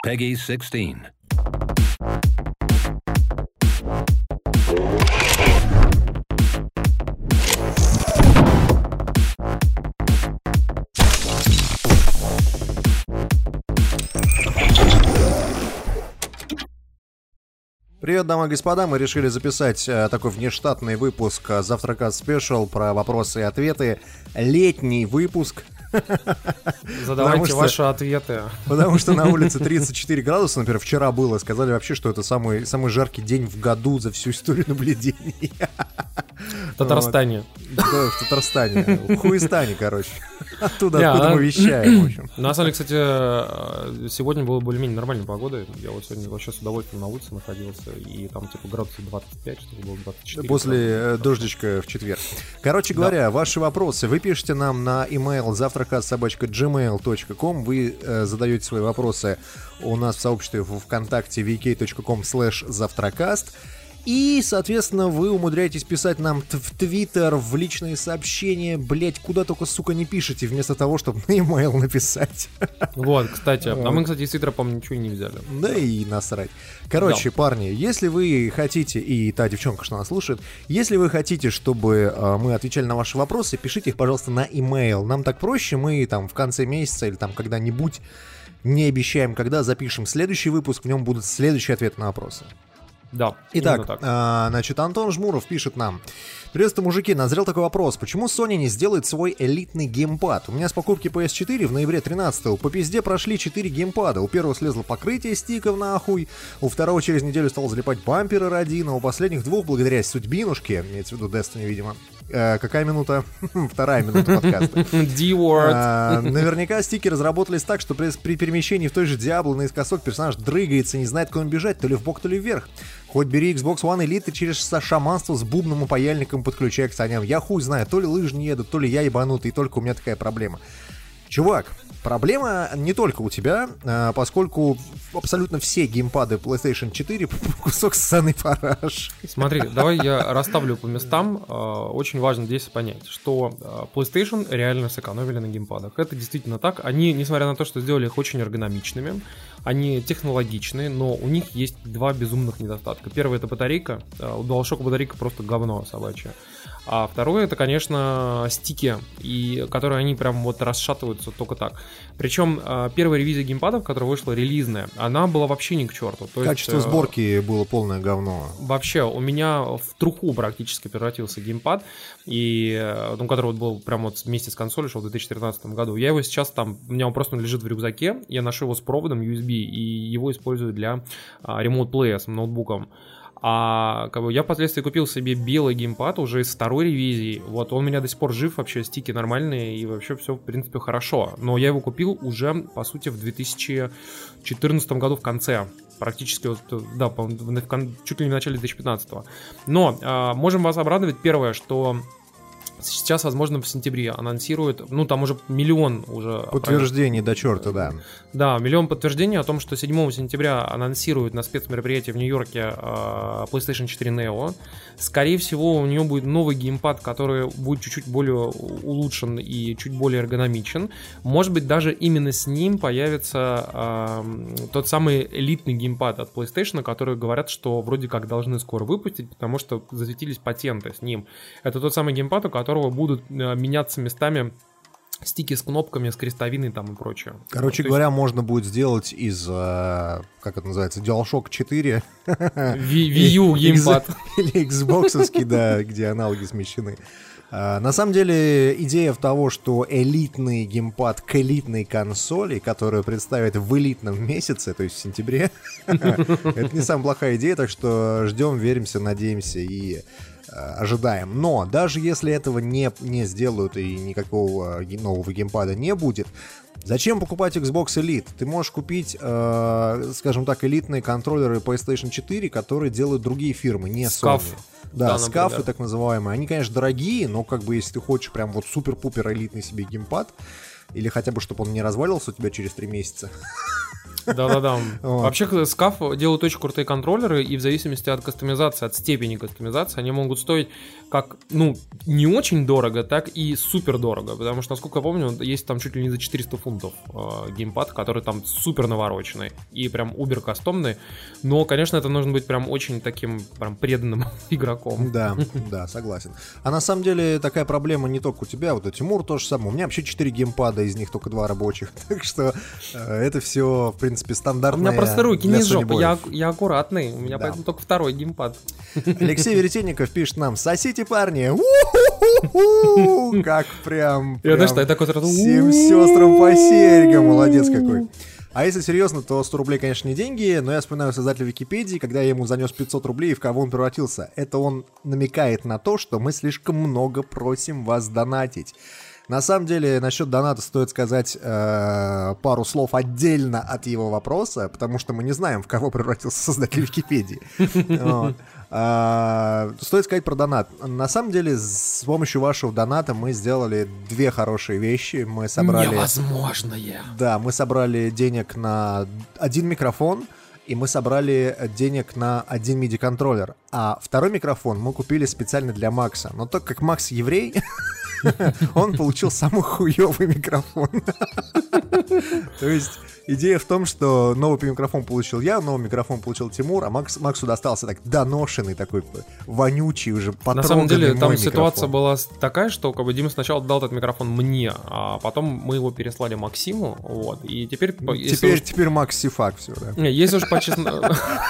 Peggy 16. Привет, дамы и господа, мы решили записать такой внештатный выпуск «Завтракаст Спешл» про вопросы и ответы. Летний выпуск. Задавайте ваши ответы. Потому что на улице 34 градуса, например, вчера было. Сказали вообще, что это самый жаркий день в году за всю историю наблюдений. В Татарстане. Да, в Татарстане. В Хуистане, короче. Оттуда, откуда мы вещаем, в общем. На самом деле, кстати, сегодня была более-менее нормальная погода. Я вот сегодня вообще с удовольствием на улице находился. И там типа градусов 25, что ли, было 24. После дождичка в четверг. Короче говоря, ваши вопросы вы пишете нам на email завтракаст@gmail.com. Вы задаете свои вопросы у нас в сообществе в ВКонтакте vk.com/завтракаст. И, соответственно, вы умудряетесь писать нам в Твиттер, в личные сообщения, блять, куда только, сука, не пишете, вместо того, чтобы на e-mail написать. Вот, кстати. А мы, кстати, из Твиттера, по-моему, ничего и не взяли. Да и насрать. Короче, парни, если вы хотите, и та девчонка, что нас слушает, если вы хотите, чтобы мы отвечали на ваши вопросы, пишите их, пожалуйста, на e-mail. Нам так проще, мы там в конце месяца или там когда-нибудь, не обещаем, когда запишем следующий выпуск, в нем будут следующие ответы на вопросы. Да. Итак, значит, Антон Жмуров пишет нам: приветствую, мужики, назрел такой вопрос. Почему Sony не сделает свой элитный геймпад? У меня с покупки PS4 в ноябре 13-го по пизде прошли 4 геймпада. У первого слезло покрытие стиков нахуй, у второго через неделю стал залипать бамперы родина, у последних двух, благодаря судьбинушке, имеется в виду Destiny, видимо. Какая минута? Вторая минута подкаста. D-word. Наверняка стики разработались так, что при перемещении в той же Diablo наискосок персонаж дрыгается, не знает, куда он бежать, то ли в бок, то ли вверх. Хоть бери Xbox One Elite и через шаманство с бубном и паяльником подключай к саням. Я хуй знаю, то ли лыжи не едут, то ли я ебанутый, и только у меня такая проблема. Чувак, проблема не только у тебя, поскольку абсолютно все геймпады PlayStation 4 кусок ссаный параш. Смотри, давай я расставлю по местам. Очень важно здесь понять, что PlayStation реально сэкономили на геймпадах. Это действительно так. Они, несмотря на то, что сделали их очень эргономичными, они технологичные, но у них есть два безумных недостатка. Первый — это батарейка. У DualShock батарейка просто говно собачье. А второе — это, конечно, стики, которые они прям вот расшатываются только так. Причем первая ревизия геймпадов, которая вышла релизная, она была вообще ни к черту. То качество есть, сборки было полное говно. Вообще, у меня в труху практически превратился геймпад, который вот был прям вот вместе с консолью, шел в 2013 году. Я его сейчас там, у меня он просто лежит в рюкзаке, я ношу его с проводом USB, и его использую для Remote Play с ноутбуком. А я впоследствии купил себе белый геймпад уже из второй ревизии. Вот он у меня до сих пор жив, вообще стики нормальные, и вообще все в принципе хорошо. Но я его купил уже, по сути, в 2014 году в конце. Практически, да, чуть ли не в начале 2015-го. Но можем вас обрадовать. Первое, что сейчас, возможно, в сентябре анонсируют, там уже миллион уже подтверждений до черта, да. Да, миллион подтверждений о том, что 7 сентября анонсируют на спецмероприятии в Нью-Йорке PlayStation 4 Neo. Скорее всего, у нее будет новый геймпад, который будет чуть-чуть более улучшен и чуть более эргономичен. Может быть, даже именно с ним появится тот самый элитный геймпад от PlayStation, который говорят, что вроде как должны скоро выпустить, потому что засветились патенты с ним. Это тот самый геймпад, у которого будут меняться местами стики с кнопками, с крестовиной там и прочее. Короче говоря, можно будет сделать из, как это называется, DualShock 4 Wii U геймпад. Или Xbox-овский, да, где аналоги смещены. На самом деле, идея в том, что элитный геймпад к элитной консоли, которую представят в элитном месяце, то есть в сентябре, это не самая плохая идея, так что ждем, веримся, надеемся и ожидаем. Но даже если этого не сделают и никакого нового геймпада не будет, зачем покупать Xbox Elite? Ты можешь купить, скажем так, элитные контроллеры PlayStation 4, которые делают другие фирмы, не Sony. Да, скафы так называемые. Они, конечно, дорогие, но как бы если ты хочешь прям вот супер-пупер элитный себе геймпад, или хотя бы, чтобы он не развалился у тебя через 3 месяца. Да-да-да. Вообще, SCAF делают очень крутые контроллеры, и в зависимости от кастомизации, от степени кастомизации, они могут стоить как, не очень дорого, так и супер дорого. Потому что, насколько я помню, есть там чуть ли не за 400 фунтов геймпад, который там супер навороченный и прям убер кастомный. Но, конечно, это нужно быть прям очень таким прям преданным игроком. Да, согласен. А на самом деле такая проблема не только у тебя, вот у Тимура тоже самое. У меня вообще 4 геймпада, из них только 2 рабочих. Так что это все, в принципе, стандартное. У меня просто руки не жопа, я аккуратный. У меня поэтому только 2 геймпад. Алексей Веретенников пишет нам: сосите, парни! Как прям... Я даже так вот сразу... Всем сестрам по серьгам, молодец какой. А если серьезно, то 100 рублей, конечно, не деньги, но я вспоминаю создателя Википедии, когда я ему занес 500 рублей, и в кого он превратился. Это он намекает на то, что мы слишком много просим вас донатить. На самом деле, насчет доната стоит сказать пару слов отдельно от его вопроса, потому что мы не знаем, в кого превратился создатель Википедии. Стоит сказать про донат. На самом деле, с помощью вашего доната мы сделали 2 хорошие вещи. Мы собрали... Невозможное. Да, мы собрали денег на 1 микрофон, и мы собрали денег на 1 MIDI-контроллер. А 2-й микрофон мы купили специально для Макса. Но так как Макс еврей, он получил самый хуёвый микрофон. То есть идея в том, что новый микрофон получил я, новый микрофон получил Тимур, а Максу достался так доношенный, такой вонючий, уже потроганный. На самом деле там микрофон. Ситуация была такая, что как бы Дима сначала дал этот микрофон мне, а потом мы его переслали Максиму, вот, и теперь... Теперь Макс Сифак, все, да. Не, если уж по-честному...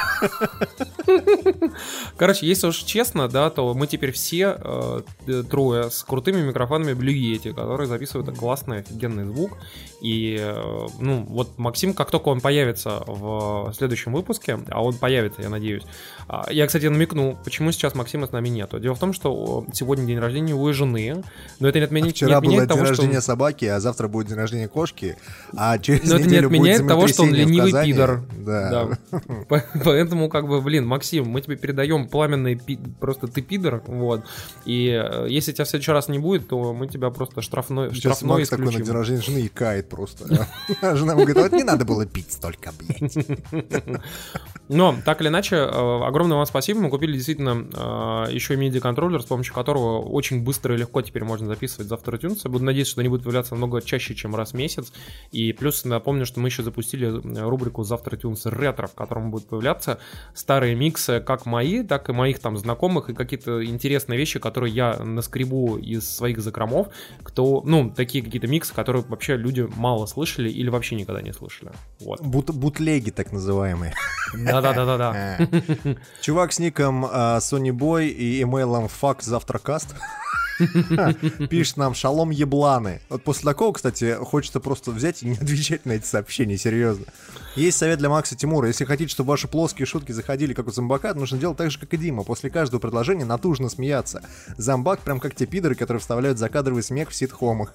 Короче, если уж честно, да, то мы теперь все 3 с крутыми микрофонами Blue Yeti, которые записывают классный, офигенный звук. И, вот Максим, как только он появится в следующем выпуске, а он появится, я надеюсь. Я, кстати, намекну, почему сейчас Максима с нами нету. Дело в том, что сегодня день рождения у его жены, но это не отменяет вчера того, было день рождения собаки, а завтра будет день рождения кошки, а через но неделю будет землетрясение того, что он ленивый в Казани. пидор. Да. Поэтому, как бы, Максим, мы тебе передаем пламенный просто ты пидор, вот. И если тебя в следующий раз не будет, то мы тебя просто штрафной исключим. Макс такой на день рождения жены и кает просто. Жена ему говорит: вот не надо было пить столько, блядь. Но, так или иначе, огромное вам спасибо. Мы купили действительно еще MIDI-контроллер, с помощью которого очень быстро и легко теперь можно записывать за AfterTunes. Я буду надеяться, что они будут появляться намного чаще, чем раз в месяц. И плюс напомню, что мы еще запустили рубрику за AfterTunes ретро, в котором будут появляться старые миксы, как мои, так и моих там знакомых, и какие-то интересные вещи, которые я наскребу из своих закромов. Такие какие-то миксы, которые вообще люди мало слышали или вообще никогда не слышали. Вот. Бутлеги так называемые. Да. Чувак с ником Sony Boy и имейлом fuck завтракаст пишет нам: шалом ебланы. Вот после такого, кстати, хочется просто взять и не отвечать на эти сообщения, серьезно. Есть совет для Макса и Тимура: если хотите, чтобы ваши плоские шутки заходили как у зомбака, нужно делать так же, как и Дима. После каждого предложения натужно смеяться. Зомбак прям как те пидоры, которые вставляют закадровый смех в ситкомах.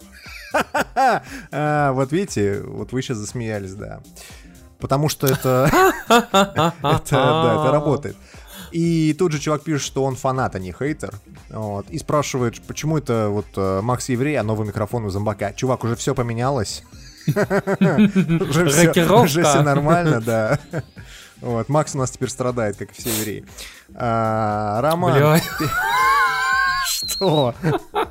Вот видите, вот вы сейчас засмеялись, да. Потому что это работает. И тут же чувак пишет, что он фанат, а не хейтер. Вот. И спрашивает, почему это вот Макс еврей, а новый микрофон у зомбака. Чувак, уже все поменялось. Уже все нормально, да. Вот. Макс у нас теперь страдает, как и все евреи. Роман... Что?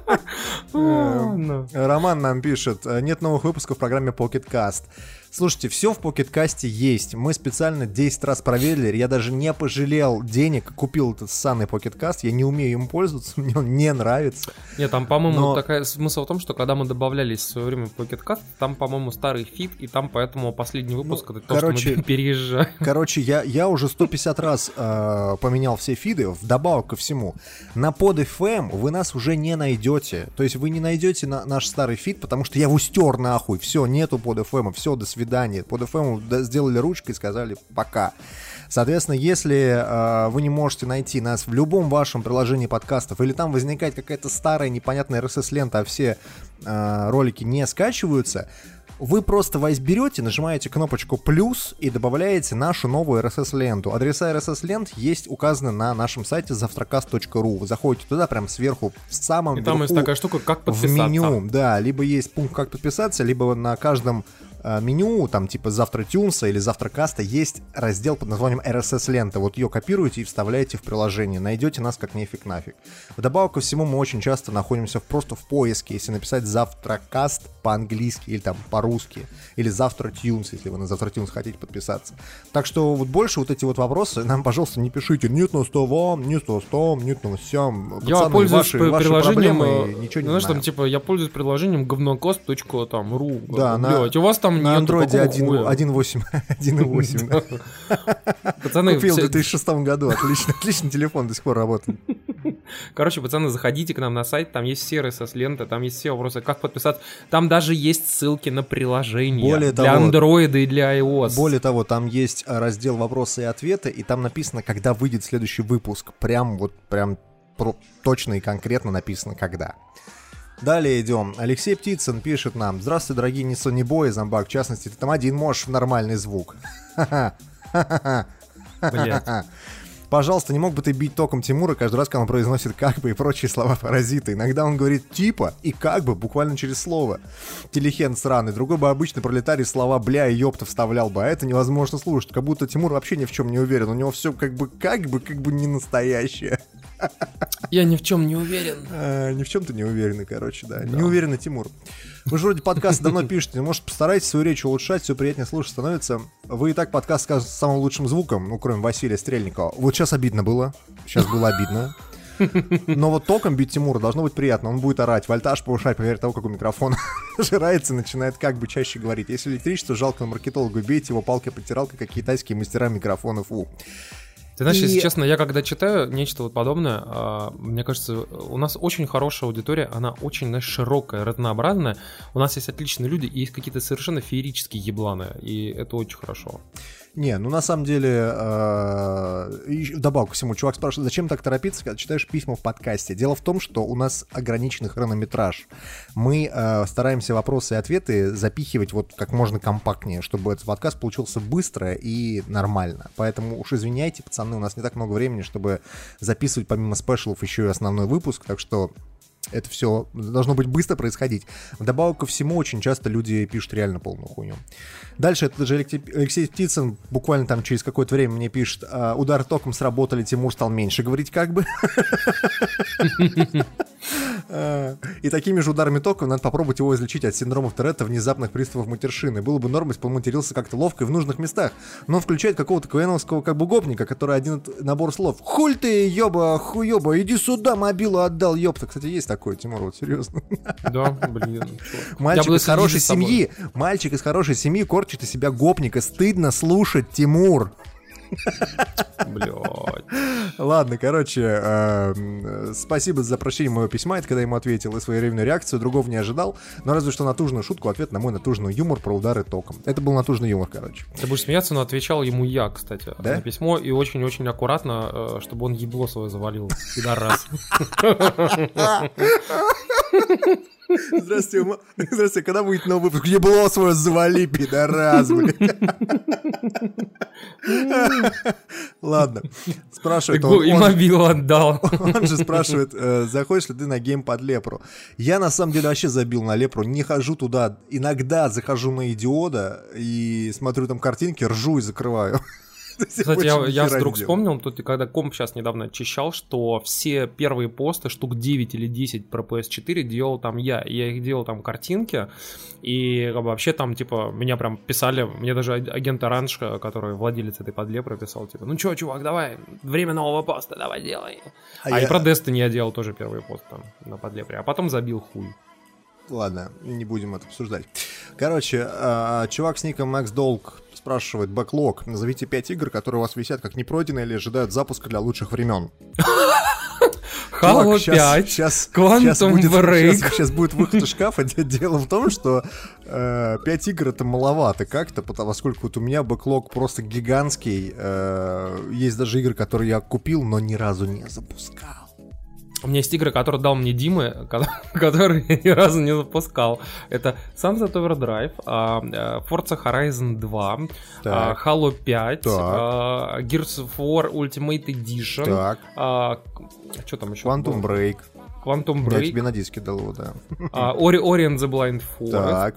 Роман нам пишет: нет новых выпусков в программе Pocket Cast. Слушайте, все в Pocket Cast есть. Мы специально 10 раз проверили. Я даже не пожалел денег, купил этот ссаный Pocket Cast. Я не умею им пользоваться, мне он не нравится. Нет, там, по-моему, такая смысл в том, что когда мы добавлялись в свое время в Pocket Cast, там, по-моему, старый фид, и там поэтому последний выпуск, это то, что мы переезжаем. Короче, я уже 150 раз поменял все фиды, вдобавок ко всему. На Pod FM вы нас уже не найдете. То есть вы не найдете наш старый фид, потому что я его стер нахуй. Все, нету Pod FM, все, до свидания. Под FM сделали ручкой и сказали пока. Соответственно, если вы не можете найти нас в любом вашем приложении подкастов, или там возникает какая-то старая непонятная RSS-лента, а все ролики не скачиваются, вы просто берете, нажимаете кнопочку «плюс» и добавляете нашу новую RSS-ленту. Адреса RSS-лент есть указаны на нашем сайте завтракаст.ру. Вы заходите туда, прям сверху, в самом верху. И там есть такая штука, как подписаться. В меню, да, либо есть пункт «как подписаться», либо на каждом меню, там типа завтра Тюнса или завтра Каста, есть раздел под названием RSS-лента. Вот ее копируете и вставляете в приложение. Найдете нас как нефиг нафиг. Вдобавок ко всему, мы очень часто находимся просто в поиске. Если написать завтра Каст по-английски или там по-русски, или завтра Тюнс, если вы на завтра Тюнс хотите подписаться. Так что вот больше вот эти вот вопросы нам, пожалуйста, не пишите. Нет на 100 вам, нет на 100, нет на всем. Я пользуюсь приложением, ничего не знаешь, знаю. там типа я пользуюсь приложением говнокост.ру. Да, блядь, у вас там на нету, Android какого 1.8. Пацаны, Купил в 2006 году. Отличный телефон, до сих пор работает. Короче, пацаны, заходите к нам на сайт, там есть все RSS-ленты, там есть все вопросы, как подписаться. Там даже есть ссылки на приложения для Android и для iOS. Более того, там есть раздел «Вопросы и ответы», и там написано, когда выйдет следующий выпуск. Прям точно и конкретно написано, когда. Далее идем. Алексей Птицын пишет нам: здравствуйте, дорогие не Sony Boy, зомбак. В частности, ты там один можешь в нормальный звук. Блять. Пожалуйста, не мог бы ты бить током Тимура каждый раз, когда он произносит «как бы» и прочие слова-паразиты. Иногда он говорит «типа» и «как бы» буквально через слово. Телехен сраный. Другой бы обычный пролетарий слова «бля» и «ёпта» вставлял бы, а это невозможно слушать. Как будто Тимур вообще ни в чем не уверен. У него все как бы не настоящее. Я ни в чем не уверен. Ни в чем ты не уверенный, короче, да. Не уверенный Тимур. Вы же вроде подкаст давно пишете, может, постарайтесь свою речь улучшать, все приятнее слушать становится. Вы и так подкаст скажете с самым лучшим звуком, ну, кроме Василия Стрельникова. Вот сейчас обидно было. Сейчас было обидно. Но вот током бить Тимура должно быть приятно. Он будет орать, вольтаж повышать по мере того, как у микрофона жирается, начинает как бы чаще говорить. Если электричество жалко на маркетологу, бейте его палкой-подтиралкой, как китайские мастера микрофонов. Ты знаешь, если честно, я когда читаю нечто вот подобное, мне кажется, у нас очень хорошая аудитория, она очень, знаешь, широкая, разнообразная. У нас есть отличные люди и есть какие-то совершенно феерические ебланы, и это очень хорошо. Не, ну на самом деле, вдобавок ко всему, чувак спрашивает, зачем так торопиться, когда читаешь письма в подкасте? Дело в том, что у нас ограниченный хронометраж. Мы стараемся вопросы и ответы запихивать вот как можно компактнее, чтобы этот подкаст получился быстро и нормально. Поэтому уж извиняйте, пацаны, у нас не так много времени, чтобы записывать помимо спешалов еще и основной выпуск, так что это все должно быть быстро происходить. Вдобавок ко всему, очень часто люди пишут реально полную хуйню. Дальше этот же Алексей Птицын буквально там через какое-то время мне пишет: удар током сработали, Тимур стал меньше говорить как бы. И такими же ударами током надо попробовать его излечить от синдрома Торетто, внезапных приступов матершины. Было бы норм, если бы он матерился как-то ловко и в нужных местах. Но он включает какого-то КВНовского как бы гопника, который один набор слов. Хуль ты, ёба, хуёба, иди сюда, мобилу отдал, ёпта. Кстати, есть такое, Тимур, вот серьезно. Да, блин. Мальчик из хорошей семьи, корчит из себя гопника. Стыдно слушать, Тимур. Блядь. Ладно, короче, спасибо за прочтение моего письма. Это когда я ему ответил и своевременную реакцию. Другого не ожидал. Но разве что натужную шутку, ответ на мой натужный юмор про удары током. Это был натужный юмор, короче. Ты будешь смеяться, но отвечал ему я, кстати, да? на письмо. И очень-очень аккуратно, чтобы он ебло свое завалил. Пидорас. Здравствуйте, когда будет новый выпуск? Ебло свое завали, пидорас, блин. Ладно. Спрашивает он. И мобилу отдал. Он же спрашивает, заходишь ли ты на геймпад Лепру. Я на самом деле вообще забил на Лепру. Не хожу туда. Иногда захожу на Идиода и смотрю там картинки, ржу и закрываю. Кстати, я вдруг вспомнил, тут когда комп сейчас недавно очищал, что все первые посты, штук 9 или 10 про PS4 делал там я. И я их делал там картинки, и вообще там, типа, меня прям писали, мне даже агент Оранж, который владелец этой подлепры, писал, типа, ну чё, чувак, давай, время нового поста, давай делай. И про Destiny я делал тоже первый пост там на подлепре, а потом забил хуй. Ладно, не будем это обсуждать. Короче, чувак с ником Max Dolg спрашивает: бэклог, назовите 5 игр, которые у вас висят как непройденные или ожидают запуска для лучших времен. Halo 5, Quantum Break. Сейчас будет выход из шкафа. Дело в том, что 5 игр это маловато как-то, поскольку вот у меня бэклог просто гигантский. Есть даже игры, которые я купил, но ни разу не запускал. У меня есть игры, которые дал мне Дима, которые я ни разу не запускал. Это Sunset Overdrive, Forza Horizon 2, Halo 5, Gears of War Ultimate Edition. Что там еще? Quantum Break. Я тебе на диске дал его, да. Ori and the Blind Forest.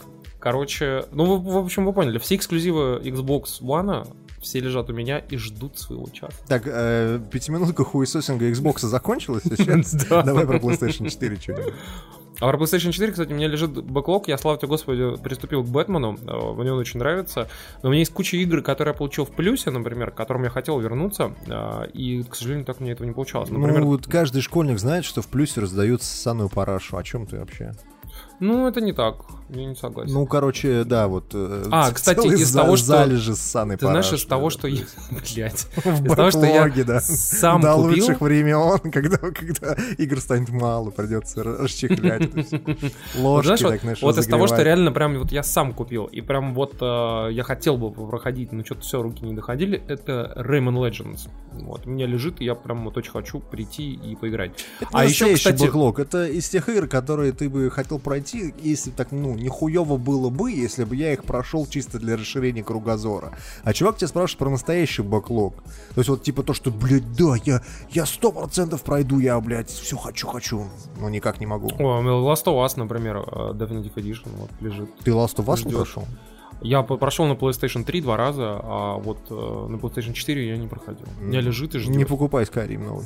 Короче, ну, в общем, вы поняли, все эксклюзивы Xbox One, все лежат у меня и ждут своего часа. Так, пятиминутка хуесосинга Xbox закончилась сейчас? Давай про PlayStation 4 что-нибудь. А про PlayStation 4, кстати, у меня лежит бэклог. Я, слава тебе, Господи, приступил к Бэтмену. Мне он очень нравится. Но у меня есть куча игр, которые я получил в плюсе, например, к которым я хотел вернуться. И, к сожалению, так мне этого не получалось. Например, ну, вот каждый школьник знает, что в плюсе раздают ссаную парашу. О чем ты вообще? Ну, это не так. Я не согласен. Ну, короче, да, вот... кстати, из того, что... залежи ссаной ты параши. Знаешь, из того, что я... Блядь. В из того, что я да. сам до купил... лучших времен, когда игр станет мало, придется расчехлять. Ложки, так, знаешь, вот из того, что реально прям вот я сам купил, и прям вот я хотел бы проходить, но что-то все, руки не доходили, это Rayman Legends. Вот, у меня лежит, и я прям вот очень хочу прийти и поиграть. Это еще, кстати, бэклог. Это из тех игр, которые ты бы хотел пройти, если так, ну, нихуево было бы, если бы я их прошел чисто для расширения кругозора. А чувак тебя спрашивает про настоящий бэклог. То есть вот типа то, что, блядь, да, я 100% пройду, я, блядь, все хочу, но никак не могу. О, Last of Us, например, Definitive Edition вот лежит. Ты Last of Us не прошел? Я прошел на PlayStation 3 2 раза, а вот на PlayStation 4 я не проходил. У меня лежит и ждет. Не покупай Skyrim новый.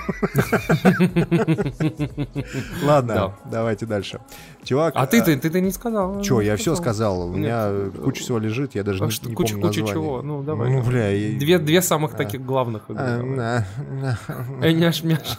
Ладно, давайте дальше. Чувак... А ты не сказал. Чё, я все сказал. У меня куча всего лежит, я даже не помню название. Куча чего? Ну, давай. Ну, бля. Две самых таких главных. Няш-мяш.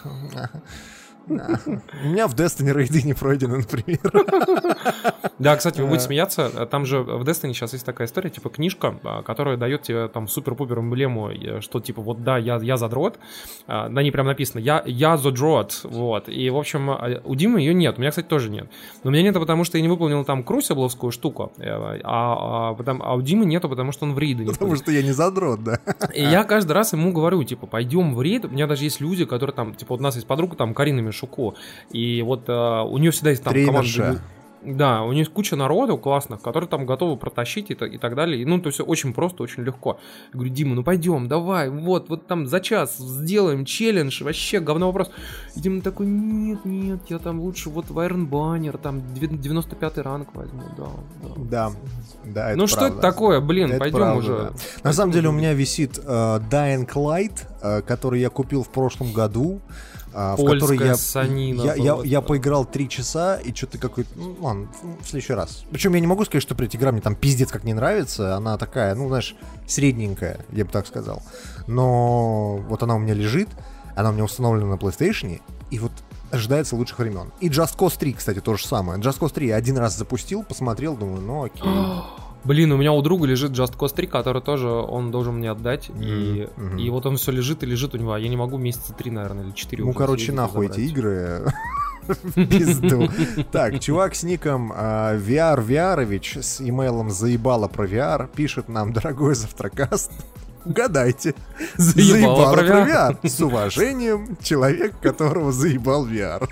У меня в Destiny рейды не пройдены, например. Да, кстати, вы будете смеяться, там же в Destiny сейчас есть такая история, типа книжка, которая дает тебе там супер-пупер эмблему, что типа вот да, я задрот, на ней прям написано я задрот, вот, и в общем у Димы ее нет, у меня, кстати, тоже нет, но у меня нет, потому что я не выполнил там крусибловскую штуку, а у Димы нету, потому что он в рейды не ходит. Потому что я не задрот, да. И я каждый раз ему говорю, типа, пойдем в рейд, у меня даже есть люди, которые там, типа, вот у нас есть подруга, там, Карина Шуко. И вот у нее всегда есть там команда. Да, у нее есть куча народу классных, которые там готовы протащить и так далее. И, ну, то есть очень просто, очень легко. Я говорю, Дима, ну пойдем, давай, вот там за час сделаем челлендж, вообще говно вопрос. И Дима такой, нет, я там лучше вот в Iron Banner, там 95-й ранг возьму, да. Да, это ну правда. Что это такое, блин, это пойдем правда, уже. Да. На самом деле у меня висит Dying Light, который я купил в прошлом году. В который я поиграл 3 часа и что-то какой-то... Ну, ладно, в следующий раз. Причем я не могу сказать, что, блядь, игра мне там пиздец как не нравится. Она такая, ну, знаешь, средненькая, я бы так сказал. Но вот она у меня лежит, она у меня установлена на PlayStation, и вот ожидается лучших времен. И Just Cause 3, кстати, то же самое. Just Cause 3 я один раз запустил, посмотрел, думаю, ну окей. Блин, у меня у друга лежит Just Cause 3, который тоже он должен мне отдать. И вот он все лежит и лежит у него. А я не могу месяца 3, наверное, или 4 ну, уже. Короче, нахуй эти игры. В пизду. Так, чувак с ником VR Вярович с имейлом заебало про VR пишет нам: дорогой завтракаст, угадайте. Заебало про VR. С уважением, человек, которого заебал VR.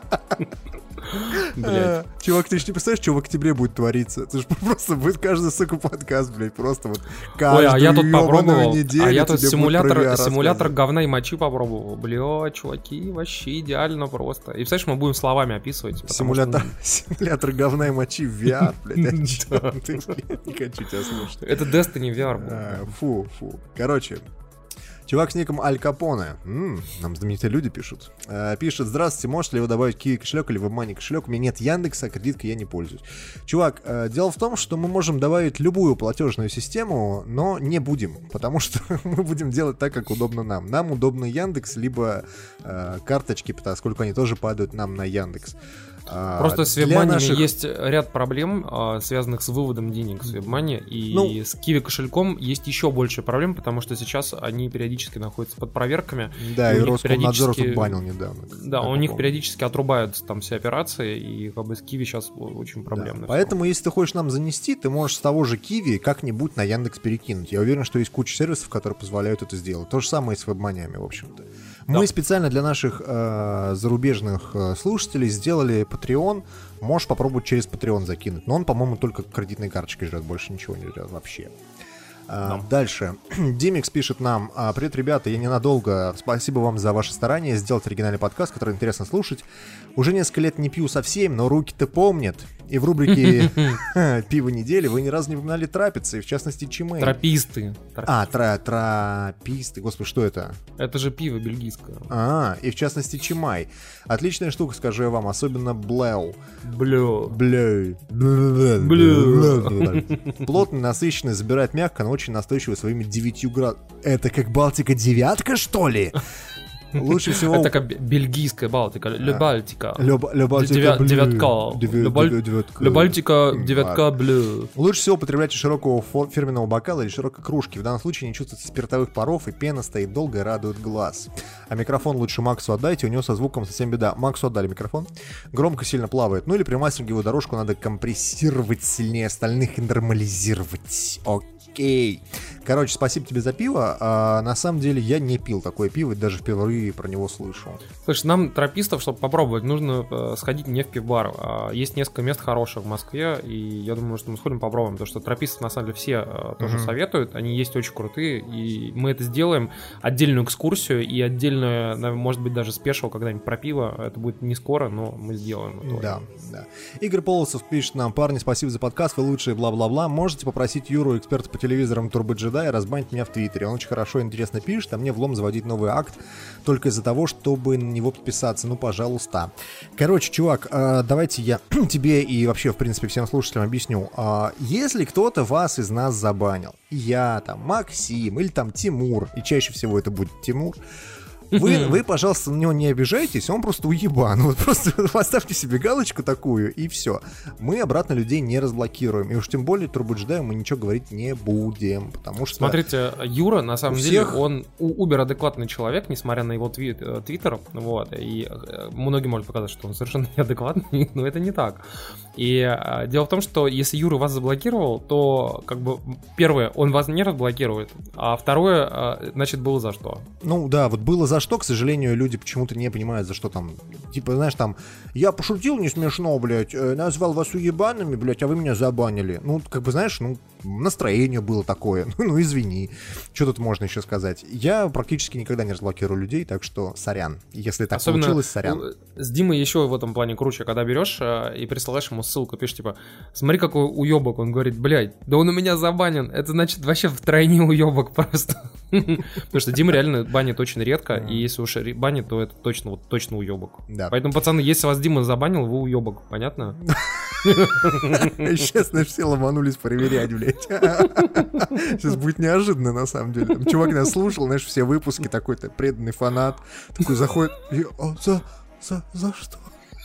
Блядь. Чувак, ты же не представляешь, что в октябре будет твориться? Это же просто будет каждый, сука, подкаст, блядь, просто вот каждую Ой, а я тут попробовал, неделю. А я тут симулятор говна и мочи попробовал. Бля, чуваки, вообще идеально просто. И представляешь, мы будем словами описывать. Симулятор говна и мочи в VR, блядь. Ты, блядь, не хочу тебя слушать. Это Destiny VR. Фу. Короче, чувак с ником Аль Капоне, нам знаменитые люди пишут, пишет: здравствуйте, можете ли вы добавить Kiwi кошелек или WebMoney кошелек? У меня нет Яндекса, кредиткой я не пользуюсь. Чувак, дело в том, что мы можем добавить любую платежную систему, но не будем, потому что мы будем делать так, как удобно нам. Нам удобно Яндекс, либо карточки, поскольку они тоже падают нам на Яндекс. Просто с WebMoney есть ряд проблем, связанных с выводом денег с WebMoney, и с Kiwi кошельком есть еще больше проблем, потому что сейчас они периодически находятся под проверками. Да, и Роскомнадзор тут банил недавно. Да, у них периодически отрубаются там все операции, и как бы с Kiwi сейчас очень проблемно. Да, поэтому, если ты хочешь нам занести, ты можешь с того же Kiwi как-нибудь на Яндекс перекинуть. Я уверен, что есть куча сервисов, которые позволяют это сделать. То же самое и с WebMoney, в общем-то. Мы специально для наших зарубежных слушателей сделали Patreon. Можешь попробовать через Patreon закинуть. Но он, по-моему, только кредитной карточкой жрет. Больше ничего не жрет вообще. Дальше. Димикс пишет нам: привет, ребята, я ненадолго. Спасибо вам за ваше старание сделать оригинальный подкаст, который интересно слушать. Уже несколько лет не пью совсем, но руки-то помнят. И в рубрике «Пиво недели» вы ни разу не упоминали трапецы, в частности, Чимей. Трописты. Трописты. Господи, что это? Это же пиво бельгийское. И в частности, Чимай. Отличная штука, скажу я вам, особенно Блэу. Блю. Плотный, насыщенный, забирает мягко, но очень настойчиво своими 9 градусами. Это как Балтика девятка, что ли? Лучше всего... Это как бельгийская Балтика. Ле Балтика. Девятка. Ле Балтика, девятка, блю. Лучше всего употреблять из широкого фирменного бокала или широкой кружки. В данном случае не чувствуется спиртовых паров, и пена стоит долго и радует глаз. А микрофон лучше Максу отдайте, у него со звуком совсем беда. Максу отдали микрофон. Громко сильно плавает. Ну или при мастеринговую дорожку надо компрессировать сильнее остальных и нормализировать. Окей. Короче, спасибо тебе за пиво. На самом деле я не пил такое пиво, даже впервые про него слышал. Слушай, нам, тропистов, чтобы попробовать, нужно сходить не в пивбар. Есть несколько мест хороших в Москве, и я думаю, что мы сходим попробуем, потому что тропистов, на самом деле, все тоже советуют. Они есть очень крутые, и мы это сделаем. Отдельную экскурсию и отдельную, может быть, даже спешл когда-нибудь про пиво. Это будет не скоро, но мы сделаем это. Да. Игорь Полосов пишет нам: парни, спасибо за подкаст, вы лучшие, бла-бла-бла. Можете попросить Юру, эксперта по телевизорам Турбоджедая, разбанить меня в Твиттере. Он очень хорошо и интересно пишет, а мне влом заводить новый акт только из-за того, чтобы на него подписаться. Ну, пожалуйста. Короче, чувак, давайте я тебе и вообще, в принципе, всем слушателям объясню. Если кто-то вас из нас забанил, я, там, Максим или там Тимур, и чаще всего это будет Тимур, вы, пожалуйста, на него не обижайтесь, он просто уебан. Вот просто поставьте себе галочку такую, и все. Мы обратно людей не разблокируем. И уж тем более Турбоджедаю мы ничего говорить не будем, потому что... Смотрите, Юра, на самом деле, он убер-адекватный человек, несмотря на его твиттер, вот, и многим может показать, что он совершенно неадекватный, но это не так. И дело в том, что если Юра вас заблокировал, то, как бы, первое, он вас не разблокирует, а второе, значит, было за что. Ну да, вот было за что, к сожалению, люди почему-то не понимают, за что там. Типа, знаешь, там, я пошутил не смешно, блядь, назвал вас уебанами, блядь, а вы меня забанили. Ну, как бы, знаешь, ну, настроение было такое. Ну, извини. Что тут можно еще сказать? Я практически никогда не разблокирую людей, так что сорян. Если так особенно получилось, сорян. С Димой еще в этом плане круче, когда берешь и присылаешь ему ссылку, пишешь, типа, смотри, какой уебок. Он говорит, блядь, да он у меня забанен. Это значит вообще втройне уебок просто. Потому что Дима реально банит очень редко, и если уж банит, то это точно уебок. Поэтому, пацаны, если вас Дима забанил, вы уебок, понятно? Сейчас на все ломанулись проверять, блядь. Сейчас будет неожиданно, на самом деле. Там чувак нас слушал, знаешь, все выпуски, такой-то преданный фанат. Такой заходит, за что?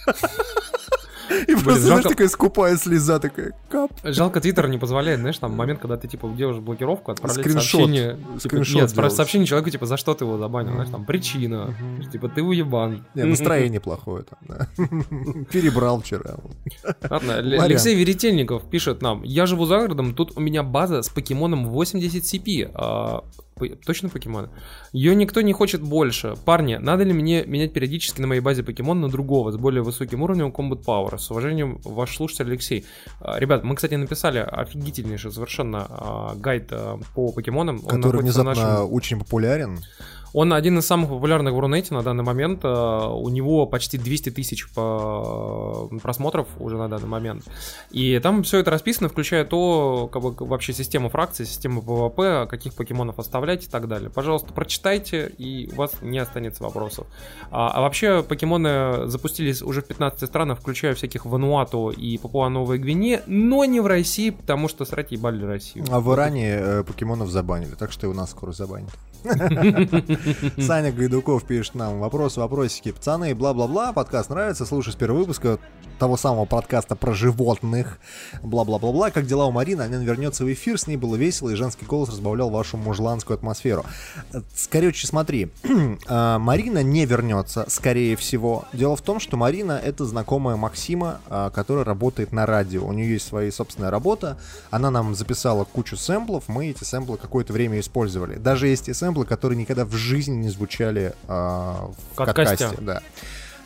И просто, знаешь, такая скупая слеза, такая кап. Жалко, Твиттер не позволяет, знаешь, там момент, когда ты, типа, делаешь блокировку, отправлять сообщение. Нет, сообщение человеку, типа, за что ты его забанил, знаешь, там, причина. Типа, ты уебан. Настроение плохое там, да. Перебрал вчера. Ладно, Алексей Веретельников пишет нам: я живу за городом, тут у меня база с покемоном 80 CP. Точно покемоны? Ее никто не хочет больше. Парни, надо ли мне менять периодически на моей базе покемон на другого с более высоким уровнем Combat Power? С уважением, ваш слушатель Алексей. Ребят, мы, кстати, написали офигительнейший совершенно гайд по покемонам. Который внезапно очень популярен. Он один из самых популярных в Рунете на данный момент. У него почти 200 тысяч просмотров уже на данный момент. И там все это расписано, включая то, как бы, вообще систему фракций, систему ПВП, каких покемонов оставлять и так далее. Пожалуйста, прочитайте, и у вас не останется вопросов. А вообще, покемоны запустились уже в 15 странах, включая всяких Вануату и Папуа-Новой Гвинеи, но не в России, потому что срать ебали Россию. А в Иране покемонов забанили, так что и у нас скоро забанят. Саня Гайдуков пишет нам: вопросики, пацаны, бла-бла-бла, подкаст нравится, слушаю с первого выпуска того самого подкаста про животных, бла-бла-бла-бла. Как дела у Марины? Она вернется в эфир, с ней было весело, и женский голос разбавлял вашу мужланскую атмосферу. Короче, смотри, Марина не вернется, скорее всего. Дело в том, что Марина — это знакомая Максима, которая работает на радио. У нее есть своя собственная работа, она нам записала кучу сэмплов, мы эти сэмплы какое-то время использовали. Даже есть те сэмплы, которые никогда в жизни не звучали в подкасте. Да.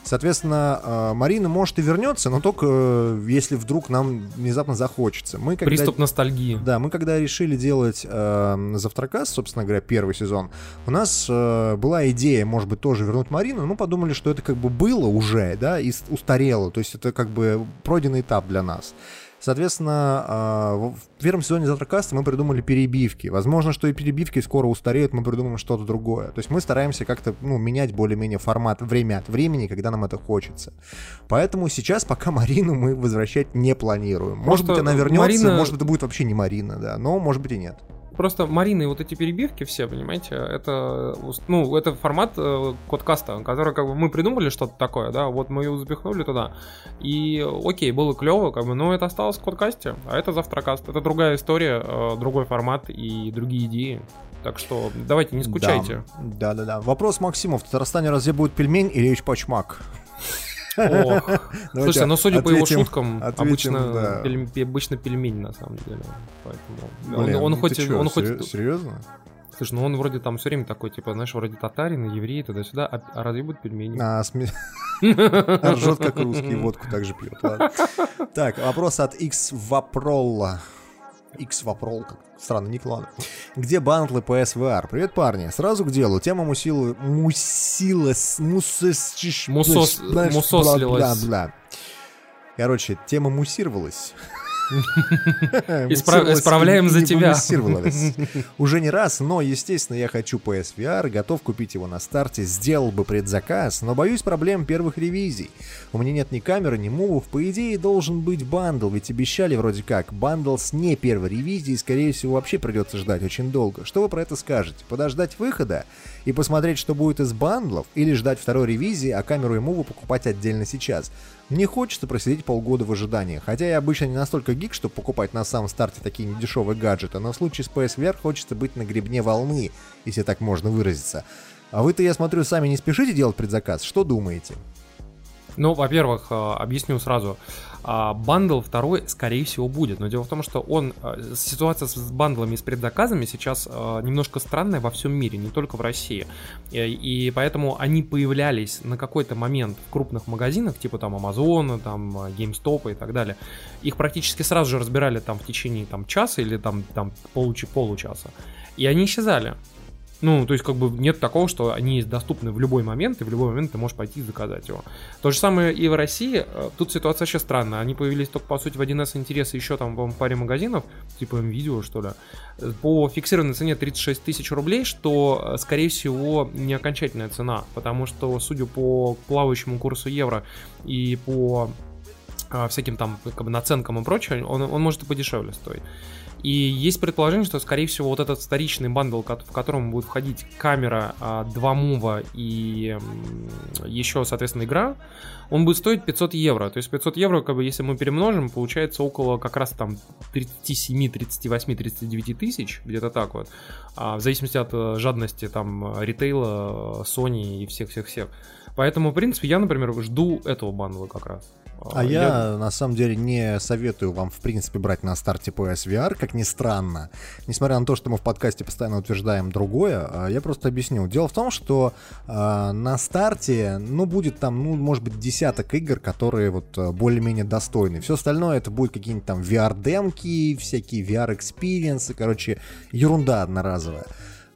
Соответственно, Марина, может, и вернется, но только если вдруг нам внезапно захочется. Приступ ностальгии. Да, мы когда решили делать Завтракаст, собственно говоря, первый сезон, у нас была идея, может быть, тоже вернуть Марину, но мы подумали, что это как бы было уже, да, и устарело, то есть это как бы пройденный этап для нас. Соответственно, в первом сезоне Завтракаста мы придумали перебивки. Возможно, что и перебивки скоро устареют, мы придумаем что-то другое. То есть мы стараемся как-то менять более-менее формат время от времени, когда нам это хочется. Поэтому сейчас пока Марину мы возвращать не планируем. Может быть, она вернется, может, это будет вообще не Марина, да, но может быть и нет. Просто Марина и вот эти перебивки все, понимаете, это формат кодкаста, который как бы мы придумали что-то такое, да, вот мы его запихнули туда, и окей, было клево, как бы, но это осталось в кодкасте, а это Завтракаст, это другая история, другой формат и другие идеи. Так что давайте, не скучайте. Да. Вопрос Максиму: в Татарстане разве будет пельмень или Ичпачмак? Ох. Слушайте, но судя по его шуткам, обычно пельмень на самом деле. Поэтому он хоть... Серьезно? Слушай, ну он вроде там все время такой, типа, знаешь, вроде татарин, еврей, туда-сюда, а разве будут пельмени? Ржет как русский, водку также пьет. Так, вопрос от X-Vaprol, как странно, ник, ладно. Где бандлы PSVR? Привет, парни. Сразу к делу. Тема мусослилась. Короче, тема муссировалась. Исправляем за тебя. Уже не раз, но, естественно, я хочу PSVR, готов купить его на старте, сделал бы предзаказ, но боюсь проблем первых ревизий. У меня нет ни камеры, ни мувов, по идее должен быть бандл, ведь обещали вроде как. Бандл с не первой ревизией, скорее всего, вообще придется ждать очень долго. Что вы про это скажете? Подождать выхода и посмотреть, что будет из бандлов, или ждать второй ревизии, а камеру и муву покупать отдельно сейчас? Мне хочется просидеть полгода в ожидании, хотя я обычно не настолько гик, чтобы покупать на самом старте такие недешевые гаджеты, но в случае с PSVR хочется быть на гребне волны, если так можно выразиться. А вы-то, я смотрю, сами не спешите делать предзаказ, что думаете? Ну, во-первых, объясню сразу. Бандл второй, скорее всего, будет. Но дело в том, что ситуация с бандлами и с предзаказами сейчас немножко странная во всем мире, не только в России. И поэтому они появлялись на какой-то момент в крупных магазинах, типа там Амазона, там GameStop и так далее. Их практически сразу же разбирали там в течение часа или там получаса. И они исчезали. Ну, то есть, как бы нет такого, что они доступны в любой момент, и в любой момент ты можешь пойти и заказать его. То же самое и в России. Тут ситуация вообще странная. Они появились только, по сути, в 1С интерес еще там в паре магазинов, типа МВидео, что ли, по фиксированной цене 36 тысяч рублей, что, скорее всего, не окончательная цена, потому что, судя по плавающему курсу евро и по всяким там как бы наценкам и прочее, он может и подешевле стоить. И есть предположение, что, скорее всего, вот этот вторичный бандл, в котором будет входить камера, 2 мува и еще, соответственно, игра, он будет стоить 500 евро. То есть 500 евро, как бы, если мы перемножим, получается около как раз там 37, 38, 39 тысяч, где-то так вот. В зависимости от жадности там ритейла, Sony и всех-всех-всех. Поэтому, в принципе, я, например, жду этого бандла как раз. Я, на самом деле, не советую вам, в принципе, брать на старте PSVR, как ни странно. Несмотря на то, что мы в подкасте постоянно утверждаем другое, я просто объясню. Дело в том, что на старте, будет там, может быть, десяток игр, которые вот более-менее достойны. Все остальное это будет какие-нибудь там VR-демки, всякие VR-экспириенсы, короче, ерунда одноразовая.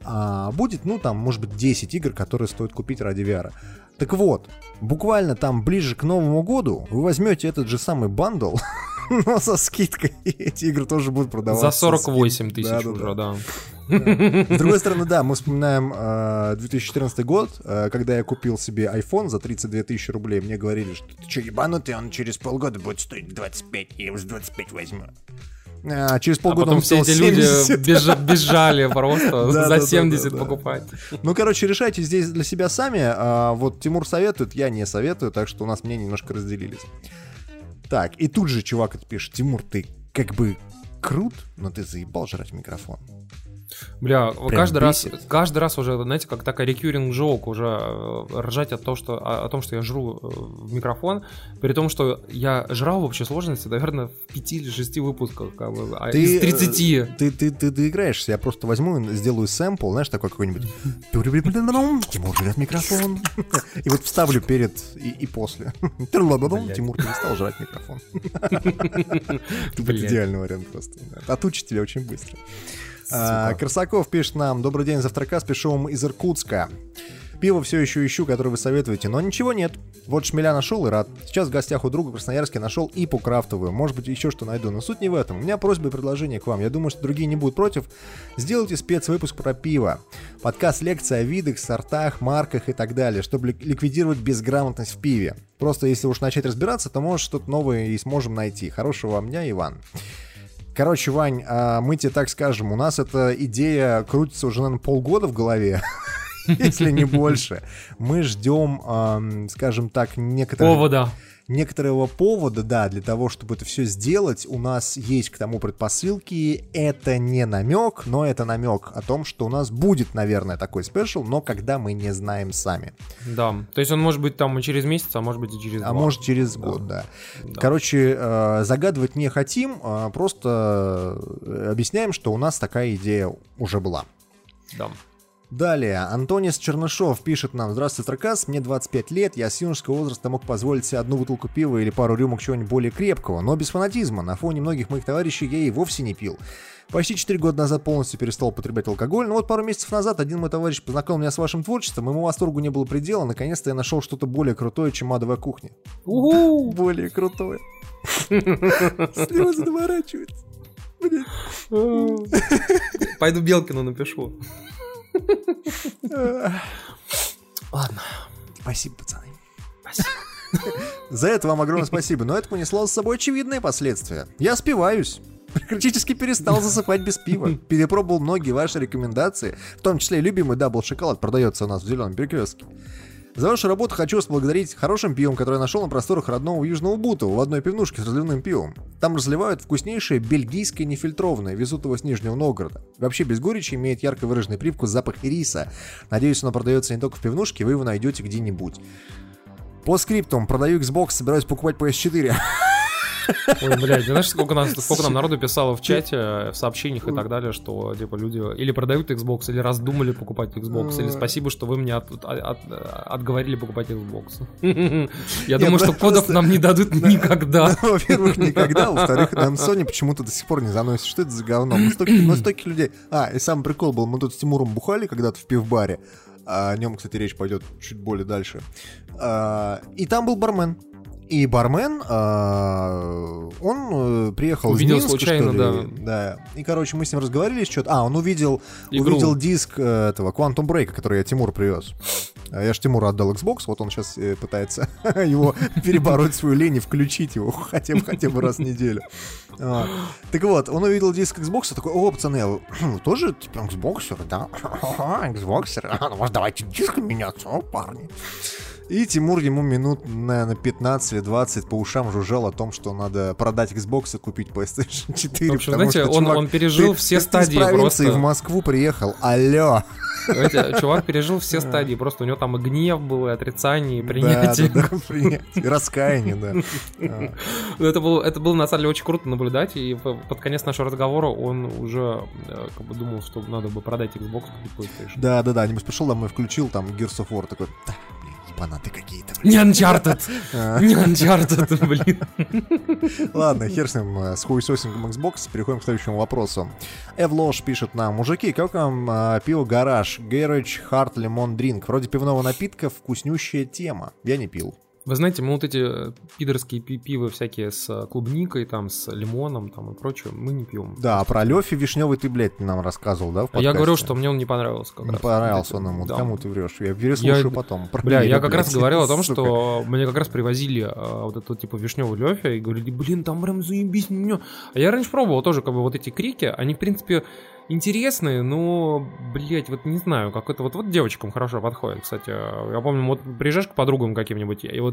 Будет, может быть, 10 игр, которые стоит купить ради VR. Так вот, буквально там ближе к Новому году вы возьмете этот же самый бандл, но со скидкой, и эти игры тоже будут продаваться. За 48 тысяч уже, да. С другой стороны, да, мы вспоминаем 2014 год, когда я купил себе iPhone за 32 тысячи рублей. Мне говорили, что ты что, ебанутый, он через полгода будет стоить 25, я его за 25 возьму. Через полгода потом все эти 70. Люди бежали просто за 70 покупать. Решайте здесь для себя сами. Вот Тимур советует, я не советую, так что у нас мнения немножко разделились. Так, и тут же чувак это пишет: Тимур, ты как бы крут, но ты заебал жрать микрофон. Бля, Прям каждый раз уже, знаете, как такая recurring joke, уже ржать о том, что я жру в микрофон, при том, что я жрал в общей сложности, наверное, в 5 или 6 выпусках, как бы, из 30. Ты играешься, я просто возьму и сделаю сэмпл, знаешь, такой какой-нибудь Тимур жрет микрофон. И вот вставлю перед и после. Тимур перестал жрать микрофон. Идеальный вариант просто. Отучит тебя очень быстро. Корсаков пишет нам: добрый день, завтрака, спешу из Иркутска. Пиво все еще ищу, которое вы советуете, но ничего нет. Вот шмеля нашел и рад. Сейчас в гостях у друга в Красноярске нашел ипу крафтовую. Может быть, еще что найду, но суть не в этом. У меня просьба и предложение к вам. Я думаю, что другие не будут против. Сделайте спецвыпуск про пиво. Подкаст, лекция о видах, сортах, марках и так далее, чтобы ликвидировать безграмотность в пиве. Просто если уж начать разбираться, то может что-то новое и сможем найти. Хорошего вам дня, Иван. Короче, Вань, мы тебе так скажем, у нас эта идея крутится уже, наверное, полгода в голове, если не больше. Мы ждем, скажем так, некоторого повода, да, для того, чтобы это все сделать. У нас есть к тому предпосылки. Это не намек, но это намек о том, что у нас будет, наверное, такой спешл, но когда мы не знаем сами. Да, то есть он может быть там и через месяц, а может быть и через 2. А может через год, да. Короче, загадывать не хотим, просто объясняем, что у нас такая идея уже была. Да. Далее, Антонис Чернышов пишет нам: здравствуйте, Тракас, мне 25 лет, я с юношеского возраста мог позволить себе одну бутылку пива или пару рюмок чего-нибудь более крепкого, но без фанатизма, на фоне многих моих товарищей я и вовсе не пил. Почти 4 года назад полностью перестал употреблять алкоголь, но вот пару месяцев назад один мой товарищ познакомил меня с вашим творчеством, моему восторгу не было предела, наконец-то я нашел что-то более крутое, чем адовая кухня. Более крутое. Слезы наворачиваются. Пойду Белкину напишу. Ладно. Спасибо, пацаны. Спасибо. За это вам огромное спасибо. Но это понесло за собой очевидные последствия. Я спиваюсь. Практически перестал засыпать без пива. Перепробовал многие ваши рекомендации, в том числе и любимый Дабл Шоколад продается у нас в Зеленом Перекрестке. За вашу работу хочу вас благодарить хорошим пивом, которое я нашел на просторах родного Южного Бутова в одной пивнушке с разливным пивом. Там разливают вкуснейшее бельгийское нефильтрованное, везут его с Нижнего Новгорода. Вообще без горечи, имеет ярко выраженный привкус, запах риса. Надеюсь, оно продается не только в пивнушке, вы его найдете где-нибудь. По скриптум, продаю Xbox, собираюсь покупать PS4. Ой, блядь, знаешь, сколько нам народу писало в чате, в сообщениях и так далее, что, типа, люди или продают Xbox, или раздумали покупать Xbox, или спасибо, что вы мне отговорили покупать Xbox. Я думаю, что кодов нам не дадут никогда. Во-первых, никогда, во-вторых, нам Sony почему-то до сих пор не заносит. Что это за говно? Мы стольких людей... И самый прикол был, мы тут с Тимуром бухали когда-то в пивбаре, о нем, кстати, речь пойдет чуть более дальше, и там был бармен. И бармен, он приехал увидел из Минска, случайно, что ли? Да. И, короче, мы с ним разговаривали что-то. Он увидел диск этого Quantum Break, который я Тимуру привез. Я же Тимуру отдал Xbox, вот он сейчас пытается его перебороть свою лень и включить его хотя бы раз в неделю. Так вот, он увидел диск Xbox, такой: о, пацаны, вы тоже типа Xboxеры, да? Xboxеры, может, давайте диском меняться, о, парни. И Тимур ему минут, наверное, 15 или 20 по ушам жужжал о том, что надо продать Xbox и купить PlayStation 4. В общем, знаете, он пережил все стадии просто. Ты в Москву приехал, алло. Знаете, чувак пережил все стадии, просто у него там и гнев был, и отрицание, и принятие. Да, принятие, и раскаяние, да. Это было, на самом деле, очень круто наблюдать, и под конец нашего разговора он уже как бы думал, что надо бы продать Xbox, купить PlayStation. Да, нибудь пришел домой, включил там Gears of War, такой: фанаты какие-то. Не Uncharted! Не Uncharted, блин. Ладно, хер с ним, с хуесосингом Xbox. Переходим к следующему вопросу. Эвлош пишет нам: мужики, как вам пиво Гараж? Garage Hard Lemon Drink. Вроде пивного напитка, вкуснющая тема. Я не пил. Вы знаете, мы вот эти пидорские пивы всякие с клубникой, там, с лимоном там, и прочее, мы не пьем. Да, про Лёфи Вишневый ты, блядь, нам рассказывал, да, в подкасте? Я говорю, что мне он не понравился. Не понравился он ему, да. Кому ты врешь? Я переслушаю потом. Я как раз говорил о том, что мне как раз привозили вот эту типа вишневый Лёфи и говорили: блин, там прям заебись. А я раньше пробовал тоже, как бы, вот эти крики, они, в принципе, интересные, но, блять, вот не знаю, как это вот девочкам хорошо подходит, кстати. Я помню, вот приезжаешь к подругам каким-нибудь, и вот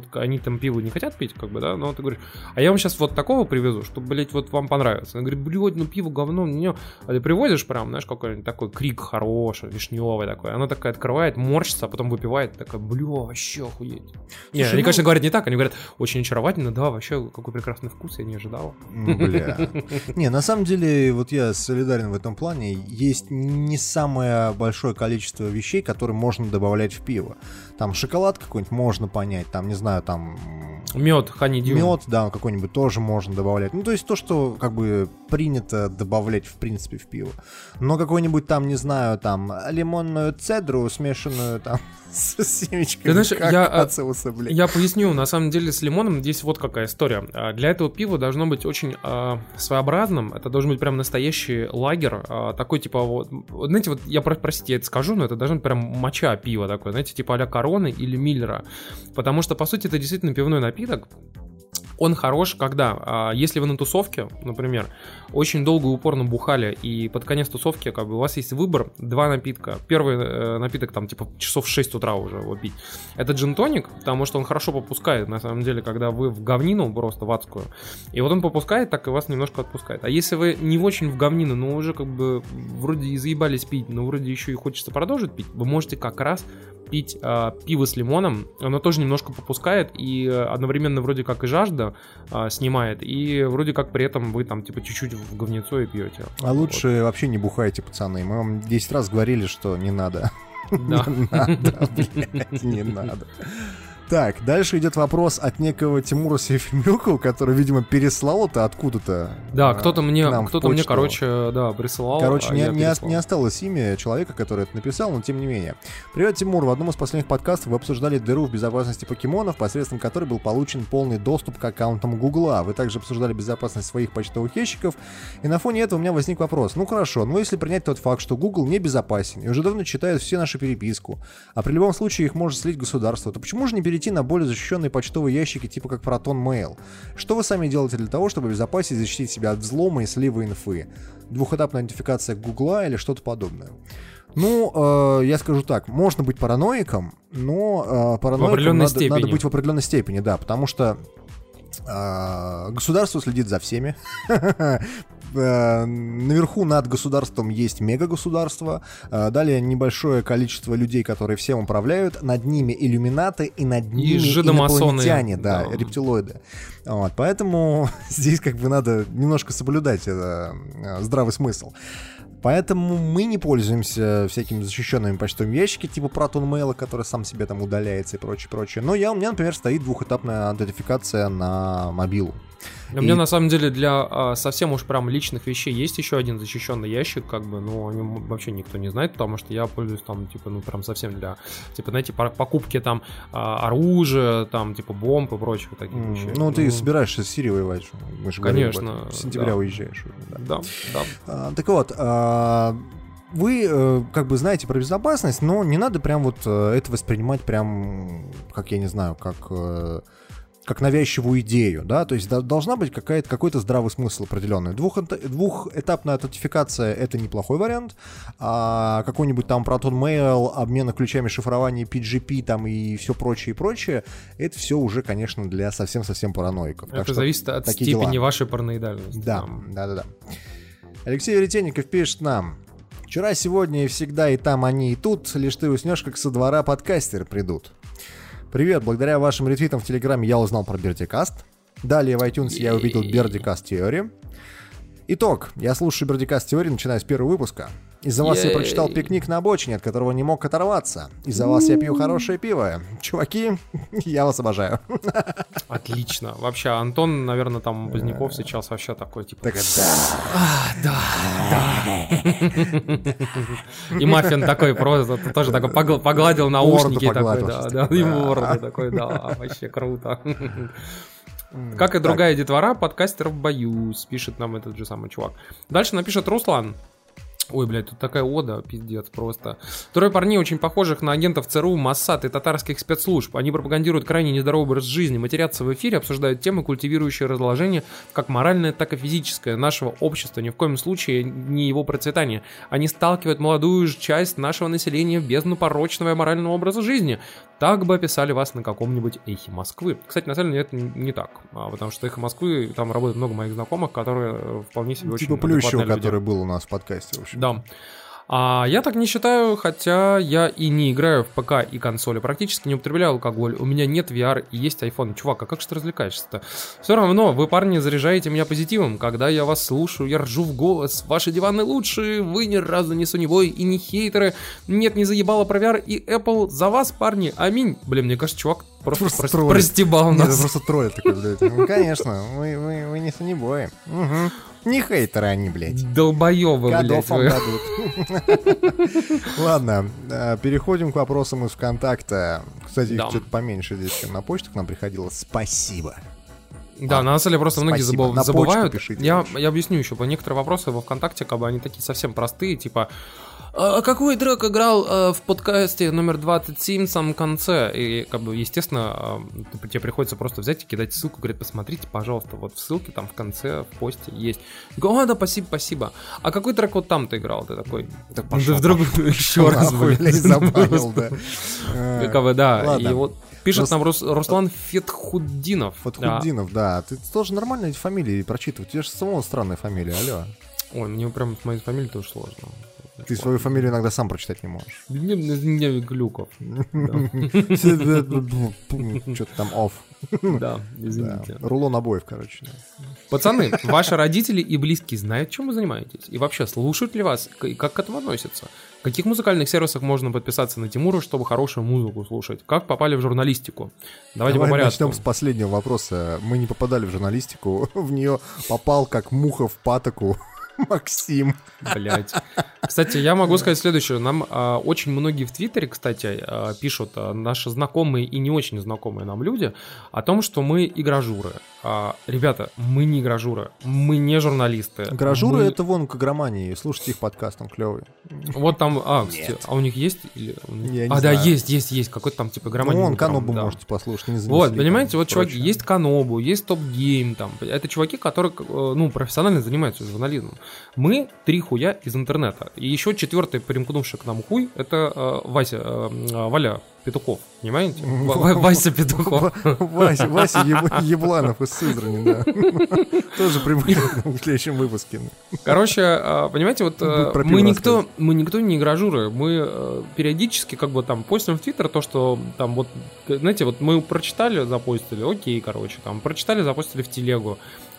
они там пиво не хотят пить, как бы, да, но ты говоришь, а я вам сейчас вот такого привезу, чтобы, блядь, вот вам понравится. Она говорит, блядь, ну пиво говно, не. А ты привозишь прям, знаешь, какой-нибудь такой крик хороший, вишневый такой, она такая открывает, морщится, а потом выпивает, такая, бля, вообще охуеть. Не, они, конечно, говорят не так, они говорят, очень очаровательно, да, вообще, какой прекрасный вкус, я не ожидал. Бля. Не, на самом деле, вот я солидарен в этом плане, есть не самое большое количество вещей, которые можно добавлять в пиво. Там шоколад какой-нибудь можно понять, там, не знаю, там... Мед, ханидиум. Мед, да, какой-нибудь тоже можно добавлять. Ну, то есть то, что как бы принято добавлять, в принципе, в пиво. Но какой-нибудь там, не знаю, там, лимонную цедру, смешанную там с семечками, знаешь, кокосового, блядь. Я поясню, на самом деле с лимоном здесь вот какая история. Для этого пива должно быть очень своеобразным, это должен быть прям настоящий лагер, такой типа, вот, знаете, вот я, простите, я это скажу, но это должен быть прям моча пива такой, знаете, типа а-ля Короны или Миллера, потому что, по сути, это действительно пивной напиток. Он хорош, когда, если вы на тусовке, например, очень долго и упорно бухали, и под конец тусовки как бы у вас есть выбор, два напитка. Первый напиток там типа часов в 6 утра уже его пить. Это джин-тоник, потому что он хорошо попускает, на самом деле, когда вы в говнину, просто в адскую. И вот он попускает, так и вас немножко отпускает. А если вы не очень в говнину, но уже как бы вроде и заебались пить, но вроде еще и хочется продолжить пить, вы можете как раз пить пиво с лимоном, оно тоже немножко попускает и одновременно вроде как и жажда снимает, и вроде как при этом вы там типа чуть-чуть в говнецо и пьете. А лучше вообще не бухайте, пацаны. Мы вам 10 раз говорили, что не надо. Да. Не надо, блядь, не надо. Так, дальше идет вопрос от некого Тимура Сефимюкова, который, видимо, переслал это откуда-то. Да, кто-то мне, короче, да, присылал. Короче, не осталось имя человека, который это написал, но тем не менее. Привет, Тимур. В одном из последних подкастов вы обсуждали дыру в безопасности покемонов, посредством которой был получен полный доступ к аккаунтам Гугла. Вы также обсуждали безопасность своих почтовых ящиков. И на фоне этого у меня возник вопрос. Ну хорошо, но если принять тот факт, что Google не безопасен и уже давно читает все наши переписку, а при любом случае их может слить государство, то почему же не перейти на более защищенные почтовые ящики типа как Proton Mail? Что вы сами делаете для того, чтобы обезопасить и защитить себя от взлома и слива инфы? Двухэтапная идентификация Гугла или что-то подобное? Ну, я скажу так, можно быть параноиком, но параноиком надо быть в определенной степени, да, потому что государство следит за всеми. Наверху над государством есть мегагосударство. Далее небольшое количество людей, которые всем управляют. Над ними иллюминаты и над ними инопланетяне, да, рептилоиды. Вот, поэтому здесь как бы надо немножко соблюдать здравый смысл. Поэтому мы не пользуемся всякими защищенными почтовыми ящиками, типа Proton Mail, который сам себе там удаляется и прочее. Но у меня, например, стоит двухэтапная идентификация на мобилу. У меня на самом деле для совсем уж прям личных вещей есть еще один защищенный ящик, как бы, но о нем вообще никто не знает, потому что я пользуюсь там, типа, ну прям совсем для, типа, знаете, покупки там оружия, там, типа, бомб и прочих таких вещей. Ну, ты собираешься с Сирией воевать, мы же конечно, в сентябре уезжаешь. Да. Так вот, вы как бы знаете про безопасность, но не надо прям вот это воспринимать прям, как я не знаю, как навязчивую идею, да, то есть должна быть какой-то здравый смысл определенный. Двухэтапная аутентификация — это неплохой вариант, а какой-нибудь там Proton Mail, обмена ключами шифрования PGP там и все прочее, это все уже, конечно, для совсем-совсем параноиков. Это зависит от степени вашей параноидальности. Да. Алексей Веретенников пишет нам: «Вчера, сегодня и всегда, и там они, и тут, лишь ты уснешь, как со двора подкастеры придут». Привет, благодаря вашим ретвитам в Телеграме я узнал про Бердикаст. Далее в iTunes я увидел Бердикаст Теории. Итог. Я слушаю Бердикаст Теории, начиная с первого выпуска. Из-за вас я прочитал «Пикник на обочине», от которого не мог оторваться. Из-за вас я пью хорошее пиво. Чуваки, я вас обожаю. Отлично. Вообще, Антон, наверное, там Поздняков сейчас вообще такой, типа... Да. И Маффин такой просто, тоже такой погладил наушники. Да, ему морду такой, да, вообще круто. Как и другая детвора, подкастеров боюсь, пишет нам этот же самый чувак. Дальше напишет Руслан. Ой, блядь, тут такая ода, пиздец просто. Трое парней, очень похожих на агентов ЦРУ, Моссад и татарских спецслужб. Они пропагандируют крайне нездоровый образ жизни, матерятся в эфире, обсуждают темы, культивирующие разложение, как моральное, так и физическое нашего общества, ни в коем случае не его процветание. Они сталкивают молодую часть нашего населения в бездну порочного и морального образа жизни. так бы описали вас на каком-нибудь Эхе Москвы. Кстати, на самом деле это не так, потому что Эхо Москвы, там работает много моих знакомых, которые вполне себе очень адекватные люди. Типа Плющева, который был у нас в подкасте, в общем. Да. Я так не считаю, хотя я и не играю в ПК и консоли, практически не употребляю алкоголь, у меня нет VR и есть iPhone. Чувак, а как же ты развлекаешься-то? Все равно, вы, парни, заряжаете меня позитивом. Когда я вас слушаю, я ржу в голос. Ваши диваны лучшие, вы ни разу не соневой и не хейтеры. Нет, не заебало про VR и Apple. За вас, парни, аминь. Блин, мне кажется, чувак просто простебал нас. Нет, это просто тролль такой, блядь. Ну, конечно, вы не сонебои. Угу. Не хейтеры они, блядь. Долбоёбы, блядь. Ладно, переходим к вопросам из ВКонтакта. Кстати, их что-то поменьше здесь, чем на почту к нам приходило. Спасибо. Да, на самом деле просто многие забывают. Пишите, я объясню еще, по некоторые вопросы во ВКонтакте, как бы они такие совсем простые, типа... А какой трек играл в подкасте номер 27 в самом конце? И, как бы, естественно, тебе приходится просто взять и кидать ссылку, говорит, посмотрите, пожалуйста, вот в ссылке там в конце, в посте есть. Говорю, да, спасибо. А какой трек вот там ты играл? Ты такой, да пошел, вдруг еще раз, блядь, забавил, да. Да, и вот пишет нам Руслан Фетхуддинов. Фетхуддинов, да. Ты тоже нормально эти фамилии прочитывать? У тебя же самого странная фамилия, алло. Ой, мне прям с моей фамилией тоже сложно. Ты свою фамилию иногда сам прочитать не можешь. Не Глюков. Что-то там off. Да, извините. Рулон обоев, короче. Пацаны, ваши родители и близкие знают, чем вы занимаетесь? И вообще, слушают ли вас? И как к этому относятся? В каких музыкальных сервисах можно подписаться на Тимура, чтобы хорошую музыку слушать? Как попали в журналистику? Давайте по порядку. Начнем с последнего вопроса. Мы не попадали в журналистику. В нее попал как муха в патоку Максим. Блять. Кстати, я могу сказать следующее. Нам очень многие в Твиттере, кстати, пишут, наши знакомые и не очень знакомые нам люди, о том, что мы игражуры. Ребята, мы не игражуры, мы не журналисты. Игражуры — это вон к игромании. Слушайте их подкаст, он клевый. Вот там, кстати, у них есть? Да, есть. Какой-то там типа игромания. Ну, вон Канобу можете послушать. Вот, понимаете, вот чуваки, есть Канобу, есть Топ Гейм, там. Это чуваки, которые, профессионально занимаются журнализмом. Мы 3 хуя из интернета. И еще 4-й примкнувший к нам хуй — это Валя Петухов, понимаете? Вася Петухов. Вася Ебланов из Сызрани, да. Тоже примкнет в следующем выпуске. Короче, понимаете, вот мы никто не игражуры. Мы периодически как бы там постим в Твиттер то, что там вот, знаете, вот мы прочитали, запостили, окей, короче, там прочитали, запостили в телегу.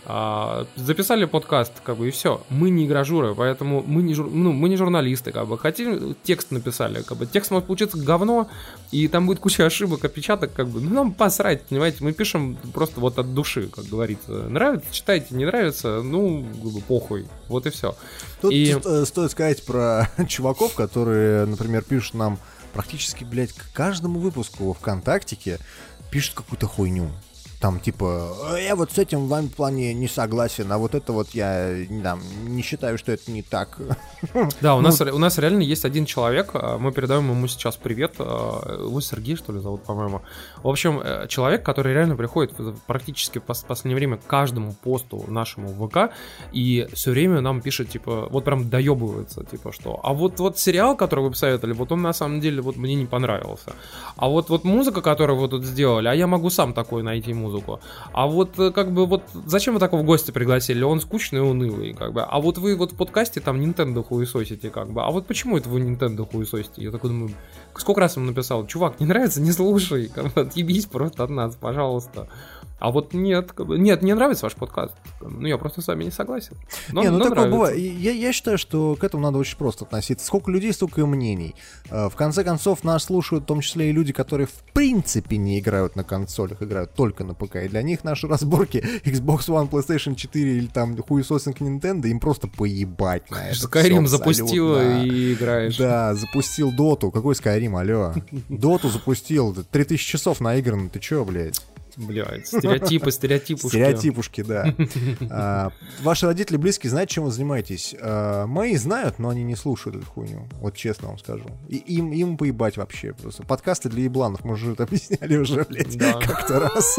Записали подкаст, как бы, и все. Мы не игражуры, поэтому мы не журналисты, как бы. Хотим, текст написали, как бы. Текст может получиться говно, и там будет куча ошибок, опечаток, как бы. Нам посрать, понимаете. Мы пишем просто вот от души, как говорится. Нравится, читайте, не нравится, похуй. Вот и все. Тут стоит сказать про чуваков, которые, например, пишут нам практически, блядь, к каждому выпуску в ВКонтактике пишут какую-то хуйню. Там, типа, я вот с этим в вам плане не согласен, а вот это вот я не считаю, что это не так. Да, у нас реально есть один человек, мы передаем ему сейчас привет, его Сергей, что ли, зовут, по-моему. В общем, человек, который реально приходит практически в последнее время к каждому посту нашему в ВК, и все время нам пишет, типа, вот прям доебывается, типа, что, а вот сериал, который вы посоветовали, вот он на самом деле вот мне не понравился. А вот музыка, которую вы тут сделали, а я могу сам такой найти музыку. А вот как бы вот зачем вы такого гостя пригласили? Он скучный и унылый, как бы. А вот вы вот в подкасте там Nintendo хуесосите, как бы. А вот почему это вы Nintendo хуесосите? Я такой думаю, сколько раз ему написал, чувак, не нравится, не слушай, как бы, отъебись просто от нас, пожалуйста. А вот нет, не нравится ваш подкаст. Я просто с вами не согласен. Но такое бывает. Я считаю, что к этому надо очень просто относиться. Сколько людей, столько и мнений. В конце концов, нас слушают в том числе и люди, которые в принципе не играют на консолях, играют только на ПК. И для них наши разборки Xbox One, PlayStation 4 или там хуесосинг Nintendo им просто поебать на это. Skyrim запустил и играешь. Да, запустил Доту. Какой Skyrim, алло? Доту запустил. 3000 часов наиграно. Ты чё, блядь? Блядь, стереотипушки. Стереотипушки, да. Ваши родители, близкие, знают, чем вы занимаетесь? Мои знают, но они не слушают эту хуйню. Вот честно вам скажу. И им поебать вообще. Просто подкасты для ебланов, мы же это объясняли уже, блядь, как-то раз.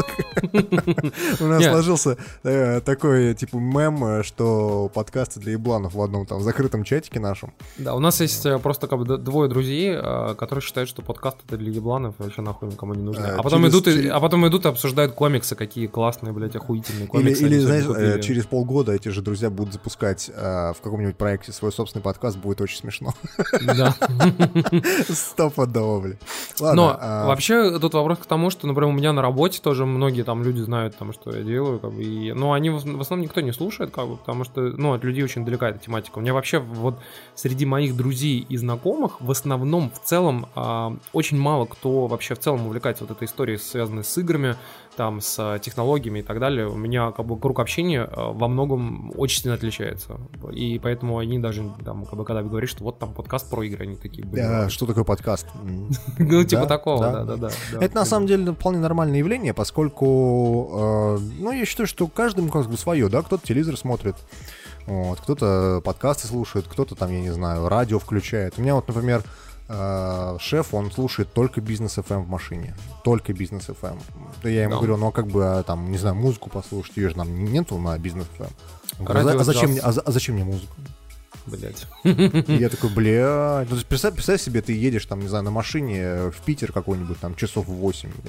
У нас сложился такой, типа, мем, что подкасты для ебланов в одном там закрытом чатике нашем. Да, у нас есть просто как бы двое друзей, которые считают, что подкасты для ебланов вообще нахуй никому не нужны. А потом идут и обсуждают комиксы, какие классные, блядь, охуительные комиксы. Или знаешь, через полгода эти же друзья будут запускать в каком-нибудь проекте свой собственный подкаст, будет очень смешно. Да. Стопудово, блядь. Но вообще тут вопрос к тому, что, например, у меня на работе тоже многие там люди знают, там, что я делаю, как бы, но они в основном никто не слушает, как бы, потому что, от людей очень далека эта тематика. У меня вообще вот среди моих друзей и знакомых в основном, в целом, очень мало кто вообще в целом увлекается вот этой историей, связанной с играми, там, с технологиями и так далее. У меня как бы круг общения во многом очень сильно отличается. И поэтому они даже, там, как бы, когда говорят, что вот там подкаст про игры, они такие, блин. Что такое подкаст? Ну, типа такого, да. Это на самом деле вполне нормальное явление, поскольку, я считаю, что каждому как бы свое, да, кто-то телевизор смотрит, вот, кто-то подкасты слушает, кто-то там, я не знаю, радио включает. У меня вот, например, шеф, он слушает только Бизнес FM в машине. Только Бизнес FM. Я ему говорю, ну а как бы, там, не знаю, музыку послушать, ее же нам нету на Бизнес FM. А зачем мне музыку? Блять. Я такой, блядь. Ну, представь себе, ты едешь там, не знаю, на машине в Питер какой-нибудь, там, часов 8, блядь.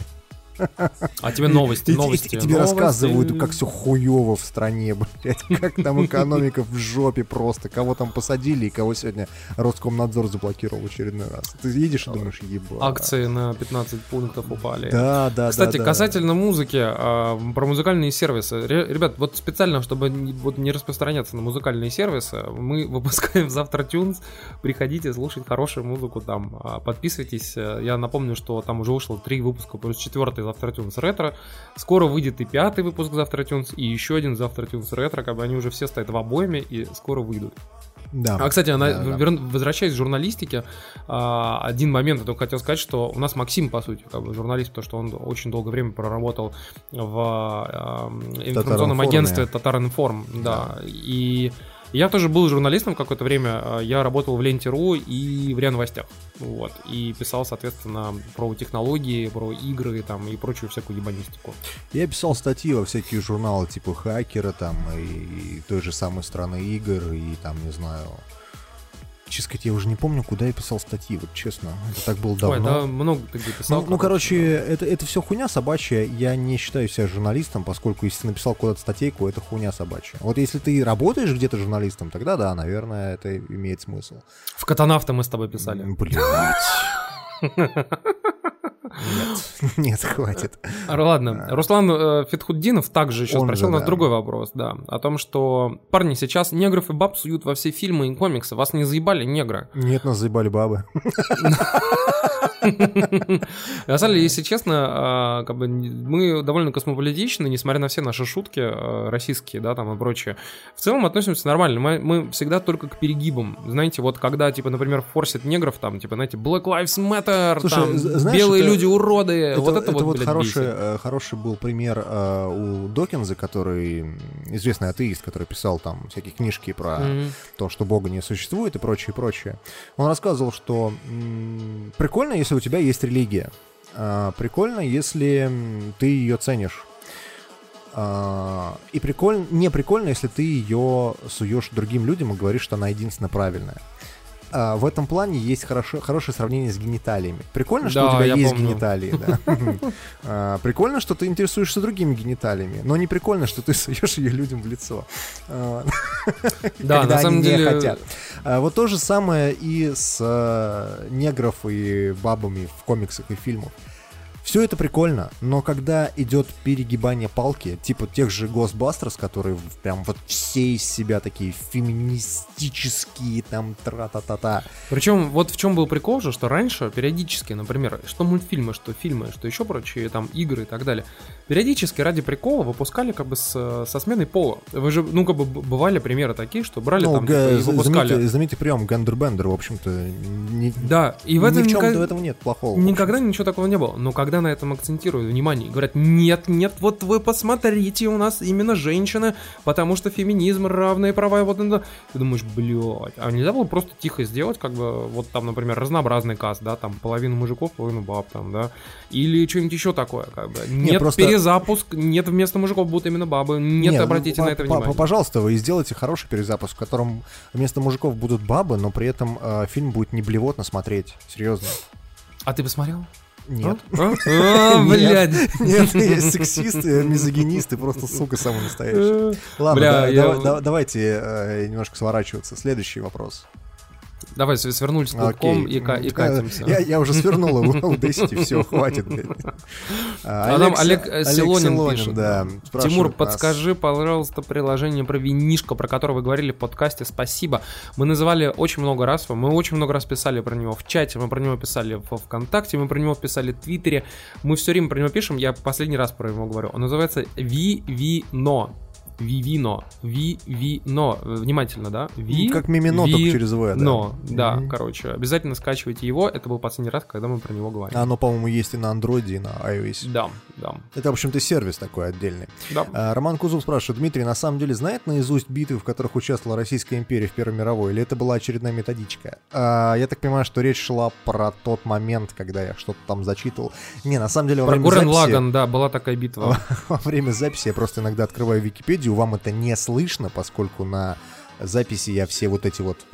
А тебе новости. И тебе рассказывают, как все хуево в стране, блядь, как там экономика в жопе просто, кого там посадили и кого сегодня Роскомнадзор заблокировал в очередной раз. Ты едешь и думаешь, ебать. Акции на 15 пунктов упали. Да. Кстати, касательно музыки, про музыкальные сервисы. Ребят, вот специально, чтобы вот не распространяться на музыкальные сервисы, мы выпускаем в Завтра-Тюнс. Приходите слушать хорошую музыку там. Подписывайтесь. Я напомню, что там уже вышло 3 выпуска, плюс 4-й Завтра-Тюнс ретро. Скоро выйдет и 5-й выпуск Завтра-Тюнс, и еще один Завтра-Тюнс ретро, как бы они уже все стоят в обойме и скоро выйдут. Да. Кстати, возвращаясь к журналистике, один момент я только хотел сказать, что у нас Максим, по сути, как бы журналист, потому что он очень долгое время проработал в информационном агентстве Татаринформ, да, и я тоже был журналистом в какое-то время, я работал в Ленте.ру и в РИА Новостях, вот, и писал, соответственно, про технологии, про игры там и прочую всякую ебанистику. Я писал статьи во всякие журналы типа Хакера там и той же самой Страны игр и там, не знаю... Честно сказать, я уже не помню, куда я писал статьи, вот честно. Это так было давно. Ой, да, много ты где писал. Короче, это все хуйня собачья. Я не считаю себя журналистом, поскольку если ты написал куда-то статейку, это хуйня собачья. Вот если ты работаешь где-то журналистом, тогда да, наверное, это имеет смысл. В Катанавта мы с тобой писали. Блядь. Нет, хватит. Ладно, Руслан Фетхуддинов также еще спросил нас другой вопрос, да, о том, что парни, сейчас негров и баб суют во все фильмы и комиксы. Вас не заебали негры? Нет, нас заебали бабы. На самом деле, если честно, как бы мы довольно космополитичны, несмотря на все наши шутки российские, да, там и прочее. В целом относимся нормально. Мы всегда только к перегибам. Знаете, вот когда, типа, например, форсят негров, там, типа, знаете, Black Lives Matter, слушай, там, знаешь, белые люди уроды. Это вот хороший был пример у Докинза, который известный атеист, который писал там всякие книжки про то, что Бога не существует и прочее, прочее. Он рассказывал, что прикольно, если у тебя есть религия. Прикольно, если ты ее ценишь. И не прикольно, если ты ее суешь другим людям и говоришь, что она единственно правильная. В этом плане есть хорошее сравнение с гениталиями. Прикольно, что у тебя есть гениталии. Да? Прикольно, что ты интересуешься другими гениталиями, но не прикольно, что ты суешь ее людям в лицо. Да, на самом деле... не хотят. Вот то же самое и с негров и бабами в комиксах и фильмах. Все это прикольно, но когда идет перегибание палки, типа тех же Ghostbusters, которые прям вот все из себя такие феминистические, там тра-та-та-та. Причем вот в чем был прикол же, что раньше периодически, например, что мультфильмы, что фильмы, что еще прочие, там игры и так далее, периодически ради прикола выпускали как бы со сменой пола. Вы же, ну как бы бывали примеры такие, что брали там типа, и выпускали. Знаменитый прием Гендербендер, в общем-то, да, и в этом ни в чем-то в этом нет плохого. Никогда ничего такого не было, но когда всегда на этом акцентируют внимание. Говорят, нет, вот вы посмотрите, у нас именно женщины, потому что феминизм, равные права, и вот это. Ты думаешь, блядь, а нельзя было просто тихо сделать, как бы, вот там, например, разнообразный каст, да, там, половину мужиков, половину баб, там, да, или что-нибудь еще такое, как бы. Нет, просто... перезапуск, нет, вместо мужиков будут именно бабы, нет, обратите на это внимание. Пожалуйста, вы сделайте хороший перезапуск, в котором вместо мужиков будут бабы, но при этом фильм будет не блевотно смотреть, серьезно. А ты посмотрел? Нет. Блядь. Нет, есть сексисты, мизогинисты, просто сука самый настоящий. Ладно, давайте немножко сворачиваться. Следующий вопрос. Давай свернулись клубком и катимся. Я уже свернул его в 10, все, хватит. А нам Олег Силонин пишет. Да, Тимур, подскажи, пожалуйста, приложение про винишко, про которое вы говорили в подкасте. Спасибо. Мы называли очень много раз, мы очень много раз писали про него в чате, мы про него писали в ВКонтакте, мы про него писали в Твиттере. Мы все время про него пишем, я последний раз про него говорю. Он называется Вивино. Вивино. Внимательно, да? Как мимино, только через В, да? Да, короче. Обязательно скачивайте его. Это был последний раз, когда мы про него говорили. Оно, по-моему, есть и на андроиде, и на iOS. Да. Это, в общем-то, сервис такой отдельный. Да. Роман Кузов спрашивает, Дмитрий, на самом деле знает наизусть битвы, в которых участвовала Российская империя в Первой мировой, или это была очередная методичка? Я так понимаю, что речь шла про тот момент, когда я что-то там зачитывал. Не, на самом деле, во время записи... Про Гуррен-Лаганн, да, была такая битва. Во время записи я просто иногда открываю Википедию, вам это не слышно, поскольку на записи я все вот эти вот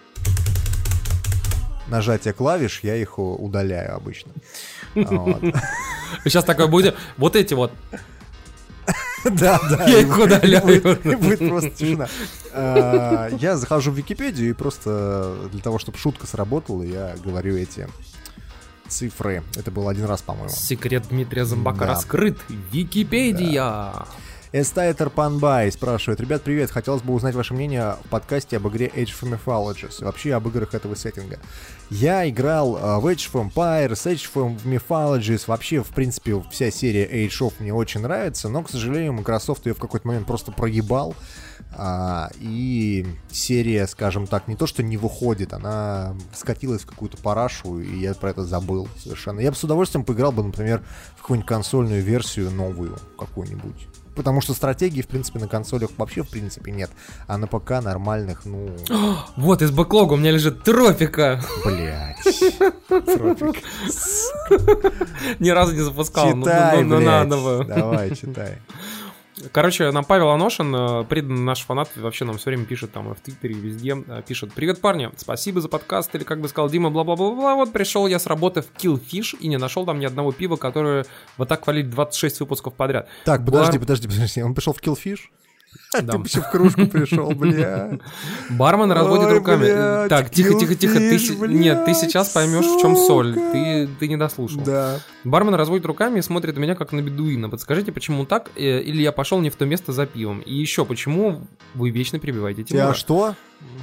нажатия клавиш, я их удаляю обычно. Сейчас такое будет, вот эти вот. Да, я их удаляю. И будет просто тишина. Я захожу в Википедию и просто для того, чтобы шутка сработала, я говорю эти цифры. Это был один раз, по-моему. Секрет Дмитрия Зомбака раскрыт. Википедия. Эстайтер Панбай спрашивает: ребят, привет, хотелось бы узнать ваше мнение в подкасте об игре Age of Mythologies, вообще об играх этого сеттинга. Я играл в Age of Empires, Age of Mythologies, вообще, в принципе, вся серия Age of мне очень нравится, но, к сожалению, Microsoft ее в какой-то момент просто проебал, и серия, скажем так, не то что не выходит, она скатилась в какую-то парашу, и я про это забыл совершенно. Я бы с удовольствием поиграл бы, например, в какую-нибудь консольную версию новую какую-нибудь. Потому что стратегии, в принципе, на консолях вообще, в принципе, нет. А на ПК нормальных, Вот из бэклога у меня лежит Тропика. Блять. Тропика. Ни разу не запускал. Читай, блядь. Давай, читай. Короче, нам Павел Аношин, преданный наш фанат, вообще нам все время пишет там и в Твиттере, и везде, пишет: привет, парни, спасибо за подкаст, или как бы сказал Дима, бла-бла-бла-бла, вот пришел я с работы в Killfish и не нашел там ни одного пива, которое вот так хвалили 26 выпусков подряд. Так, подожди, он пришел в Killfish? Да. Ты еще в кружку пришел, бля. Бармен разводит руками. Блядь, так, тихо. Нет, ты сейчас поймешь, в чем соль. Ты не дослушал. Да. Бармен разводит руками и смотрит на меня, как на бедуина. Подскажите, почему так? Или я пошел не в то место за пивом? И еще, почему вы вечно перебиваете Тимура? Я что?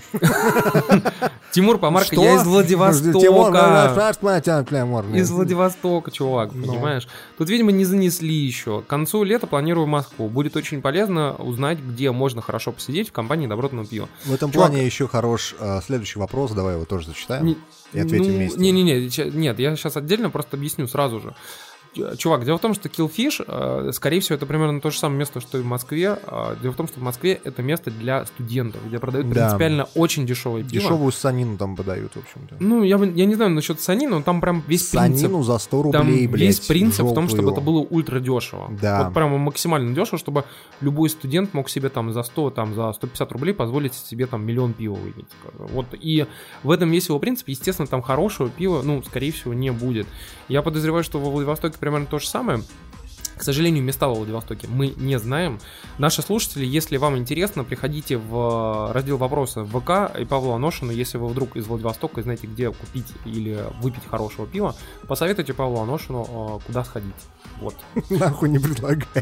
Тимур Помарко, я из Владивостока. Из Владивостока, чувак, понимаешь? Тут, видимо, не занесли еще. К концу лета планирую Москву. Будет очень полезно узнать, где можно хорошо посидеть в компании добротного пива. В этом плане еще хорош следующий вопрос. Давай его тоже зачитаем и ответим вместе. Нет, я сейчас отдельно просто объясню сразу же. Чувак, дело в том, что Killfish, скорее всего, это примерно то же самое место, что и в Москве. Дело в том, что в Москве это место для студентов, где продают принципиально очень дешевое пиво. Дешевую санину там подают, в общем-то. Ну, я не знаю насчет санины, но там прям весь принцип. Санину за 100 рублей, там блядь. Весь принцип в том, чтобы это было ультра дешево. Да. Вот прямо максимально дешево, чтобы любой студент мог себе там за 100, там за 150 рублей позволить себе там миллион пива выпить. Вот, и в этом весь его принцип. Естественно, там хорошего пива, скорее всего, не будет. Я подозреваю, что во Владивостоке примерно то же самое. К сожалению, места во Владивостоке мы не знаем. Наши слушатели, если вам интересно, приходите в раздел «Вопросы» в ВК и Павла Аношина. Если вы вдруг из Владивостока и знаете, где купить или выпить хорошего пива, посоветуйте Павлу Аношину, куда сходить. Вот. Нахуй не предлагайте.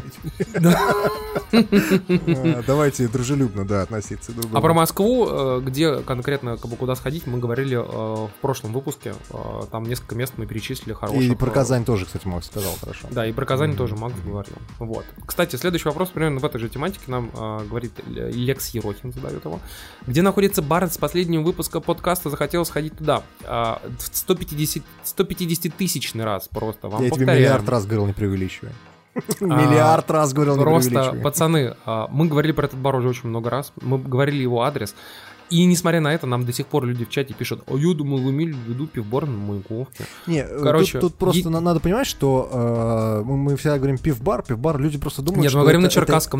Давайте дружелюбно, относиться друг к другу. А про Москву, где конкретно куда сходить, мы говорили в прошлом выпуске. Там несколько мест мы перечислили хороших. И про Казань тоже, кстати, Макс сказал хорошо. Да, и про Казань тоже Макс Макс говорил. Вот. Кстати, следующий вопрос примерно в этой же тематике нам говорит Лекс Ерохин, задает его. Где находится бар с последнего выпуска подкаста? Захотел сходить туда. 150-тысячный раз просто. Вам я повторяю. тебе миллиард раз говорил, не преувеличивай. Миллиард раз говорил, не преувеличивай. Просто, пацаны, мы говорили про этот бар уже очень много раз. Мы говорили его адрес. И несмотря на это, нам до сих пор люди в чате пишут: «А я думал, вы имели в виду пивбар на Маяковке». Не, короче, тут просто надо понимать, что мы всегда говорим пивбар, люди просто думают, нет, что мы говорим это, на Черкасском.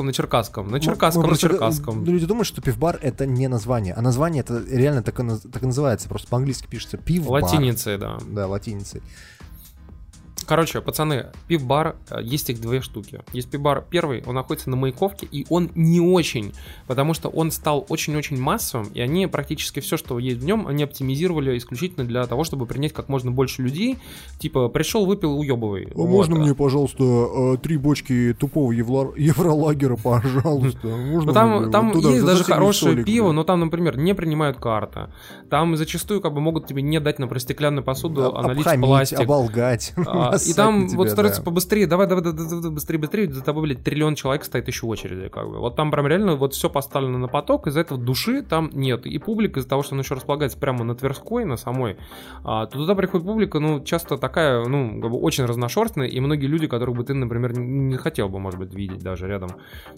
Люди думают, что пивбар — это не название, а название это реально так и называется, просто по-английски пишется пивбар. Латиницей, да. Да, латиницей. Короче, пацаны, пивбар, есть их две штуки. Есть пивбар первый, он находится на Маяковке, и он не очень, потому что он стал очень-очень массовым, и они практически все, что есть в нем, они оптимизировали исключительно для того, чтобы принять как можно больше людей. Типа, пришел, выпил, уебывай. Можно мне, пожалуйста, 3 бочки тупого евролагера, пожалуйста? Можно там есть даже хорошее пиво, но там, например, не принимают карты. Там зачастую как бы могут тебе не дать, например, стеклянную посуду, а налить пластик. Оболгать. И там вот стараются побыстрее, давай, быстрее, за тобой, блядь, триллион человек стоит еще в очереди, как бы. Вот там прям реально вот все поставлено на поток, из-за этого души там нет. И публика, из-за того, что она еще располагается прямо на Тверской, на самой, то туда приходит публика, ну, часто такая, ну, как бы очень разношерстная, и многие люди, которых бы ты, например, не хотел бы, может быть, видеть даже рядом.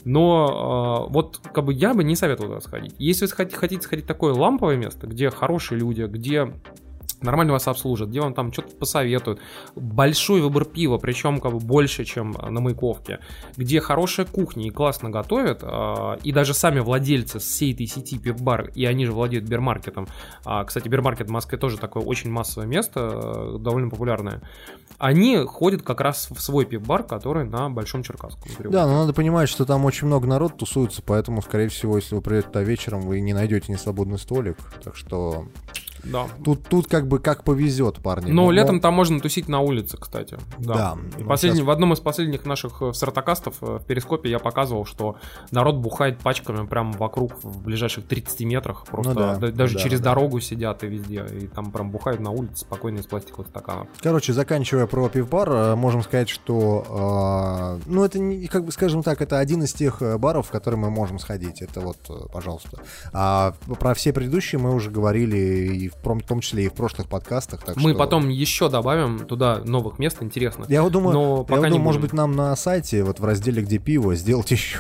Но вот, как бы, я бы не советовал туда сходить. Если вы хотите сходить в такое ламповое место, где хорошие люди, где нормально вас обслужат, где вам там что-то посоветуют, большой выбор пива, причем как бы больше, чем на Маяковке, где хорошая кухня и классно готовят, и даже сами владельцы всей этой сети пивбар, и они же владеют Бермаркетом. Кстати, Бермаркет в Москве тоже такое очень массовое место, довольно популярное. Они ходят как раз в свой пивбар, который на Большом Черкасском. Да, но надо понимать, что там очень много народ тусуется, поэтому, скорее всего, если вы придете туда вечером, вы не найдете несвободный столик, так что... Да. Тут как бы как повезет, парни. Но летом там можно тусить на улице, кстати. Да. Сейчас... В одном из последних наших сартакастов в Перископе я показывал, что народ бухает пачками прямо вокруг, в ближайших 30 метрах. Просто даже через дорогу сидят и везде. И там прям бухают на улице спокойно из пластиковых стаканов. Короче, заканчивая про пивбар, можем сказать, что ну это, как бы, скажем так, это один из тех баров, в которые мы можем сходить. Это вот, пожалуйста. А про все предыдущие мы уже говорили и в том числе и в прошлых подкастах. Так мы что... потом еще добавим туда новых мест интересных. Я думаю, не может быть, нам на сайте, вот в разделе «Где пиво», сделать еще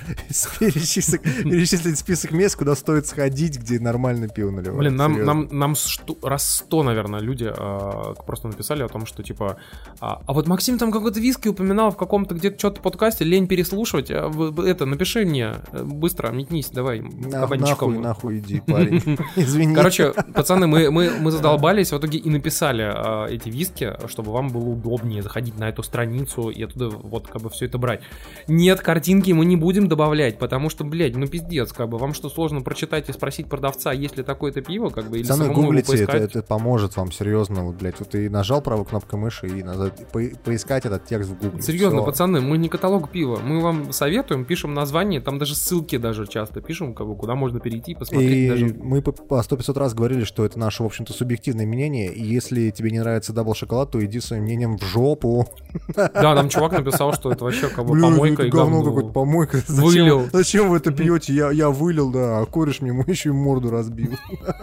перечислить список мест, куда стоит сходить, где нормально пиво наливают. Блин, нам раз 100, наверное, люди просто написали о том, что типа, а вот Максим там какой-то виски упоминал в каком-то где-то что-то подкасте, лень переслушивать, это, напиши мне, быстро, метнись, давай, кабанчиком. Нахуй иди, парень, извини. Короче, пацаны, мы задолбались, в итоге и написали эти виски, чтобы вам было удобнее заходить на эту страницу и оттуда вот как бы все это брать. Нет, картинки мы не будем добавлять, потому что, блядь, ну пиздец, как бы, вам что, сложно прочитать и спросить продавца, есть ли такое-то пиво, как бы, или самому гуглите, его поискать? Это поможет вам, серьезно, вот, блядь, вот ты нажал правой кнопкой мыши и надо поискать этот текст в гугле. Серьезно, все. Пацаны, мы не каталог пива, мы вам советуем, пишем название, там даже ссылки даже часто пишем, как бы, куда можно перейти, посмотреть. И даже... мы по 100-500 раз говорили, что это наше, в общем-то, субъективное мнение, и если тебе не нравится дабл-шоколад, то иди своим мнением в жопу. Да, там чувак написал, что это вообще как бы помойка и говно какое-то, помойка. Вылил. Зачем вы это пьете? Я вылил, да, а кореш мне еще и морду разбил.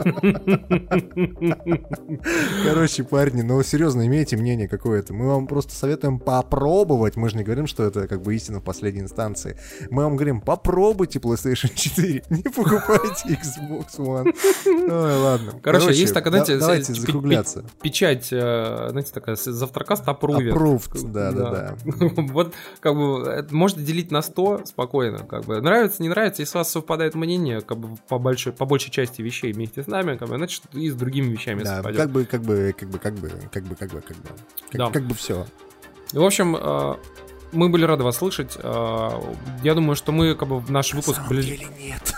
Короче, парни, ну серьезно, имейте мнение какое-то. Мы вам просто советуем попробовать. Мы же не говорим, что это как бы истина в последней инстанции. Мы вам говорим, попробуйте PlayStation 4, не покупайте Xbox One. Ой, ладно. Короче, есть такая, знаете, давайте закругляться. Печать, знаете, такая, завтракаст approved. Approved, да. Вот, как бы, это можно делить на 100 спокойно, как бы. Нравится, не нравится, если у вас совпадает мнение, как бы, по большей части вещей вместе с нами, как бы, значит, и с другими вещами совпадет. Как бы все. В общем, мы были рады вас слышать. Я думаю, что мы, как бы, наш выпуск... На самом деле нет.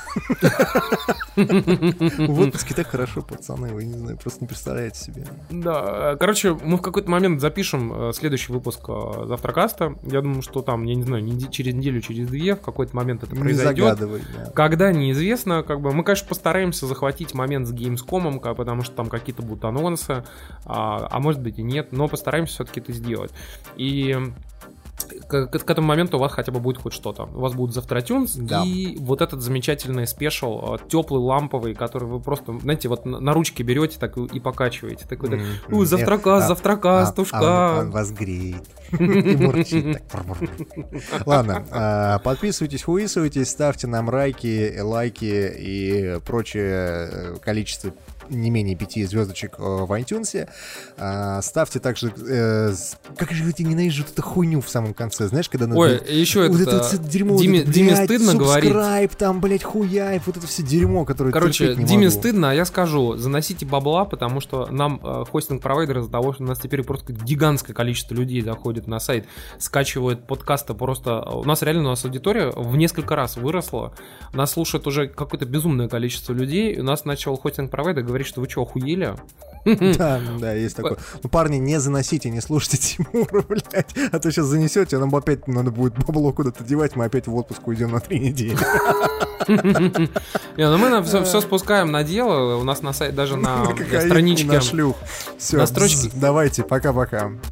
В отпуске так хорошо, пацаны, вы, не знаю, просто не представляете себе. Да, короче, мы в какой-то момент запишем следующий выпуск Завтракаста. Я думаю, что там, я не знаю, через неделю, через две, в какой-то момент это произойдет. Не загадывай, да. Когда, неизвестно, как бы, мы, конечно, постараемся захватить момент с Gamescom, потому что там какие-то будут анонсы, а может быть и нет, но постараемся все-таки это сделать. И... к этому моменту у вас хотя бы будет хоть что-то. У вас будет Завтра Тюнс и вот этот замечательный спешл, теплый, ламповый, который вы просто, знаете, вот на ручке берете так и покачиваете. Такой, завтракас, тушка. Он вас греет. И мурчит так. Ладно, подписывайтесь, хуисывайтесь, ставьте нам лайки и прочее количество не менее 5 звездочек в iTunes. Ставьте также... как же я ненавижу эту хуйню в самом конце. Знаешь, когда надо... Ой, еще вот это... все дерьмо. Диме стыдно говорить. Субскрайб, там, блядь, хуяй. Вот это все дерьмо, которое Короче, терпеть не Диме могу. стыдно, а я скажу, заносите бабла, потому что нам хостинг-провайдер из-за того, что у нас теперь просто гигантское количество людей заходит на сайт, скачивают подкасты просто... У нас аудитория в несколько раз выросла. Нас слушает уже какое-то безумное количество людей. У нас начал хостинг-провайдер говорить, что вы что, охуели? Да, есть такое. Ну, парни, не заносите, не слушайте Тимура, блядь. А то сейчас занесете, нам опять надо будет бабло куда-то девать, мы опять в отпуск уйдем на 3 недели. Не, ну мы все спускаем на дело. У нас на сайте, даже на страничке... на шлюх. Все, давайте, пока-пока.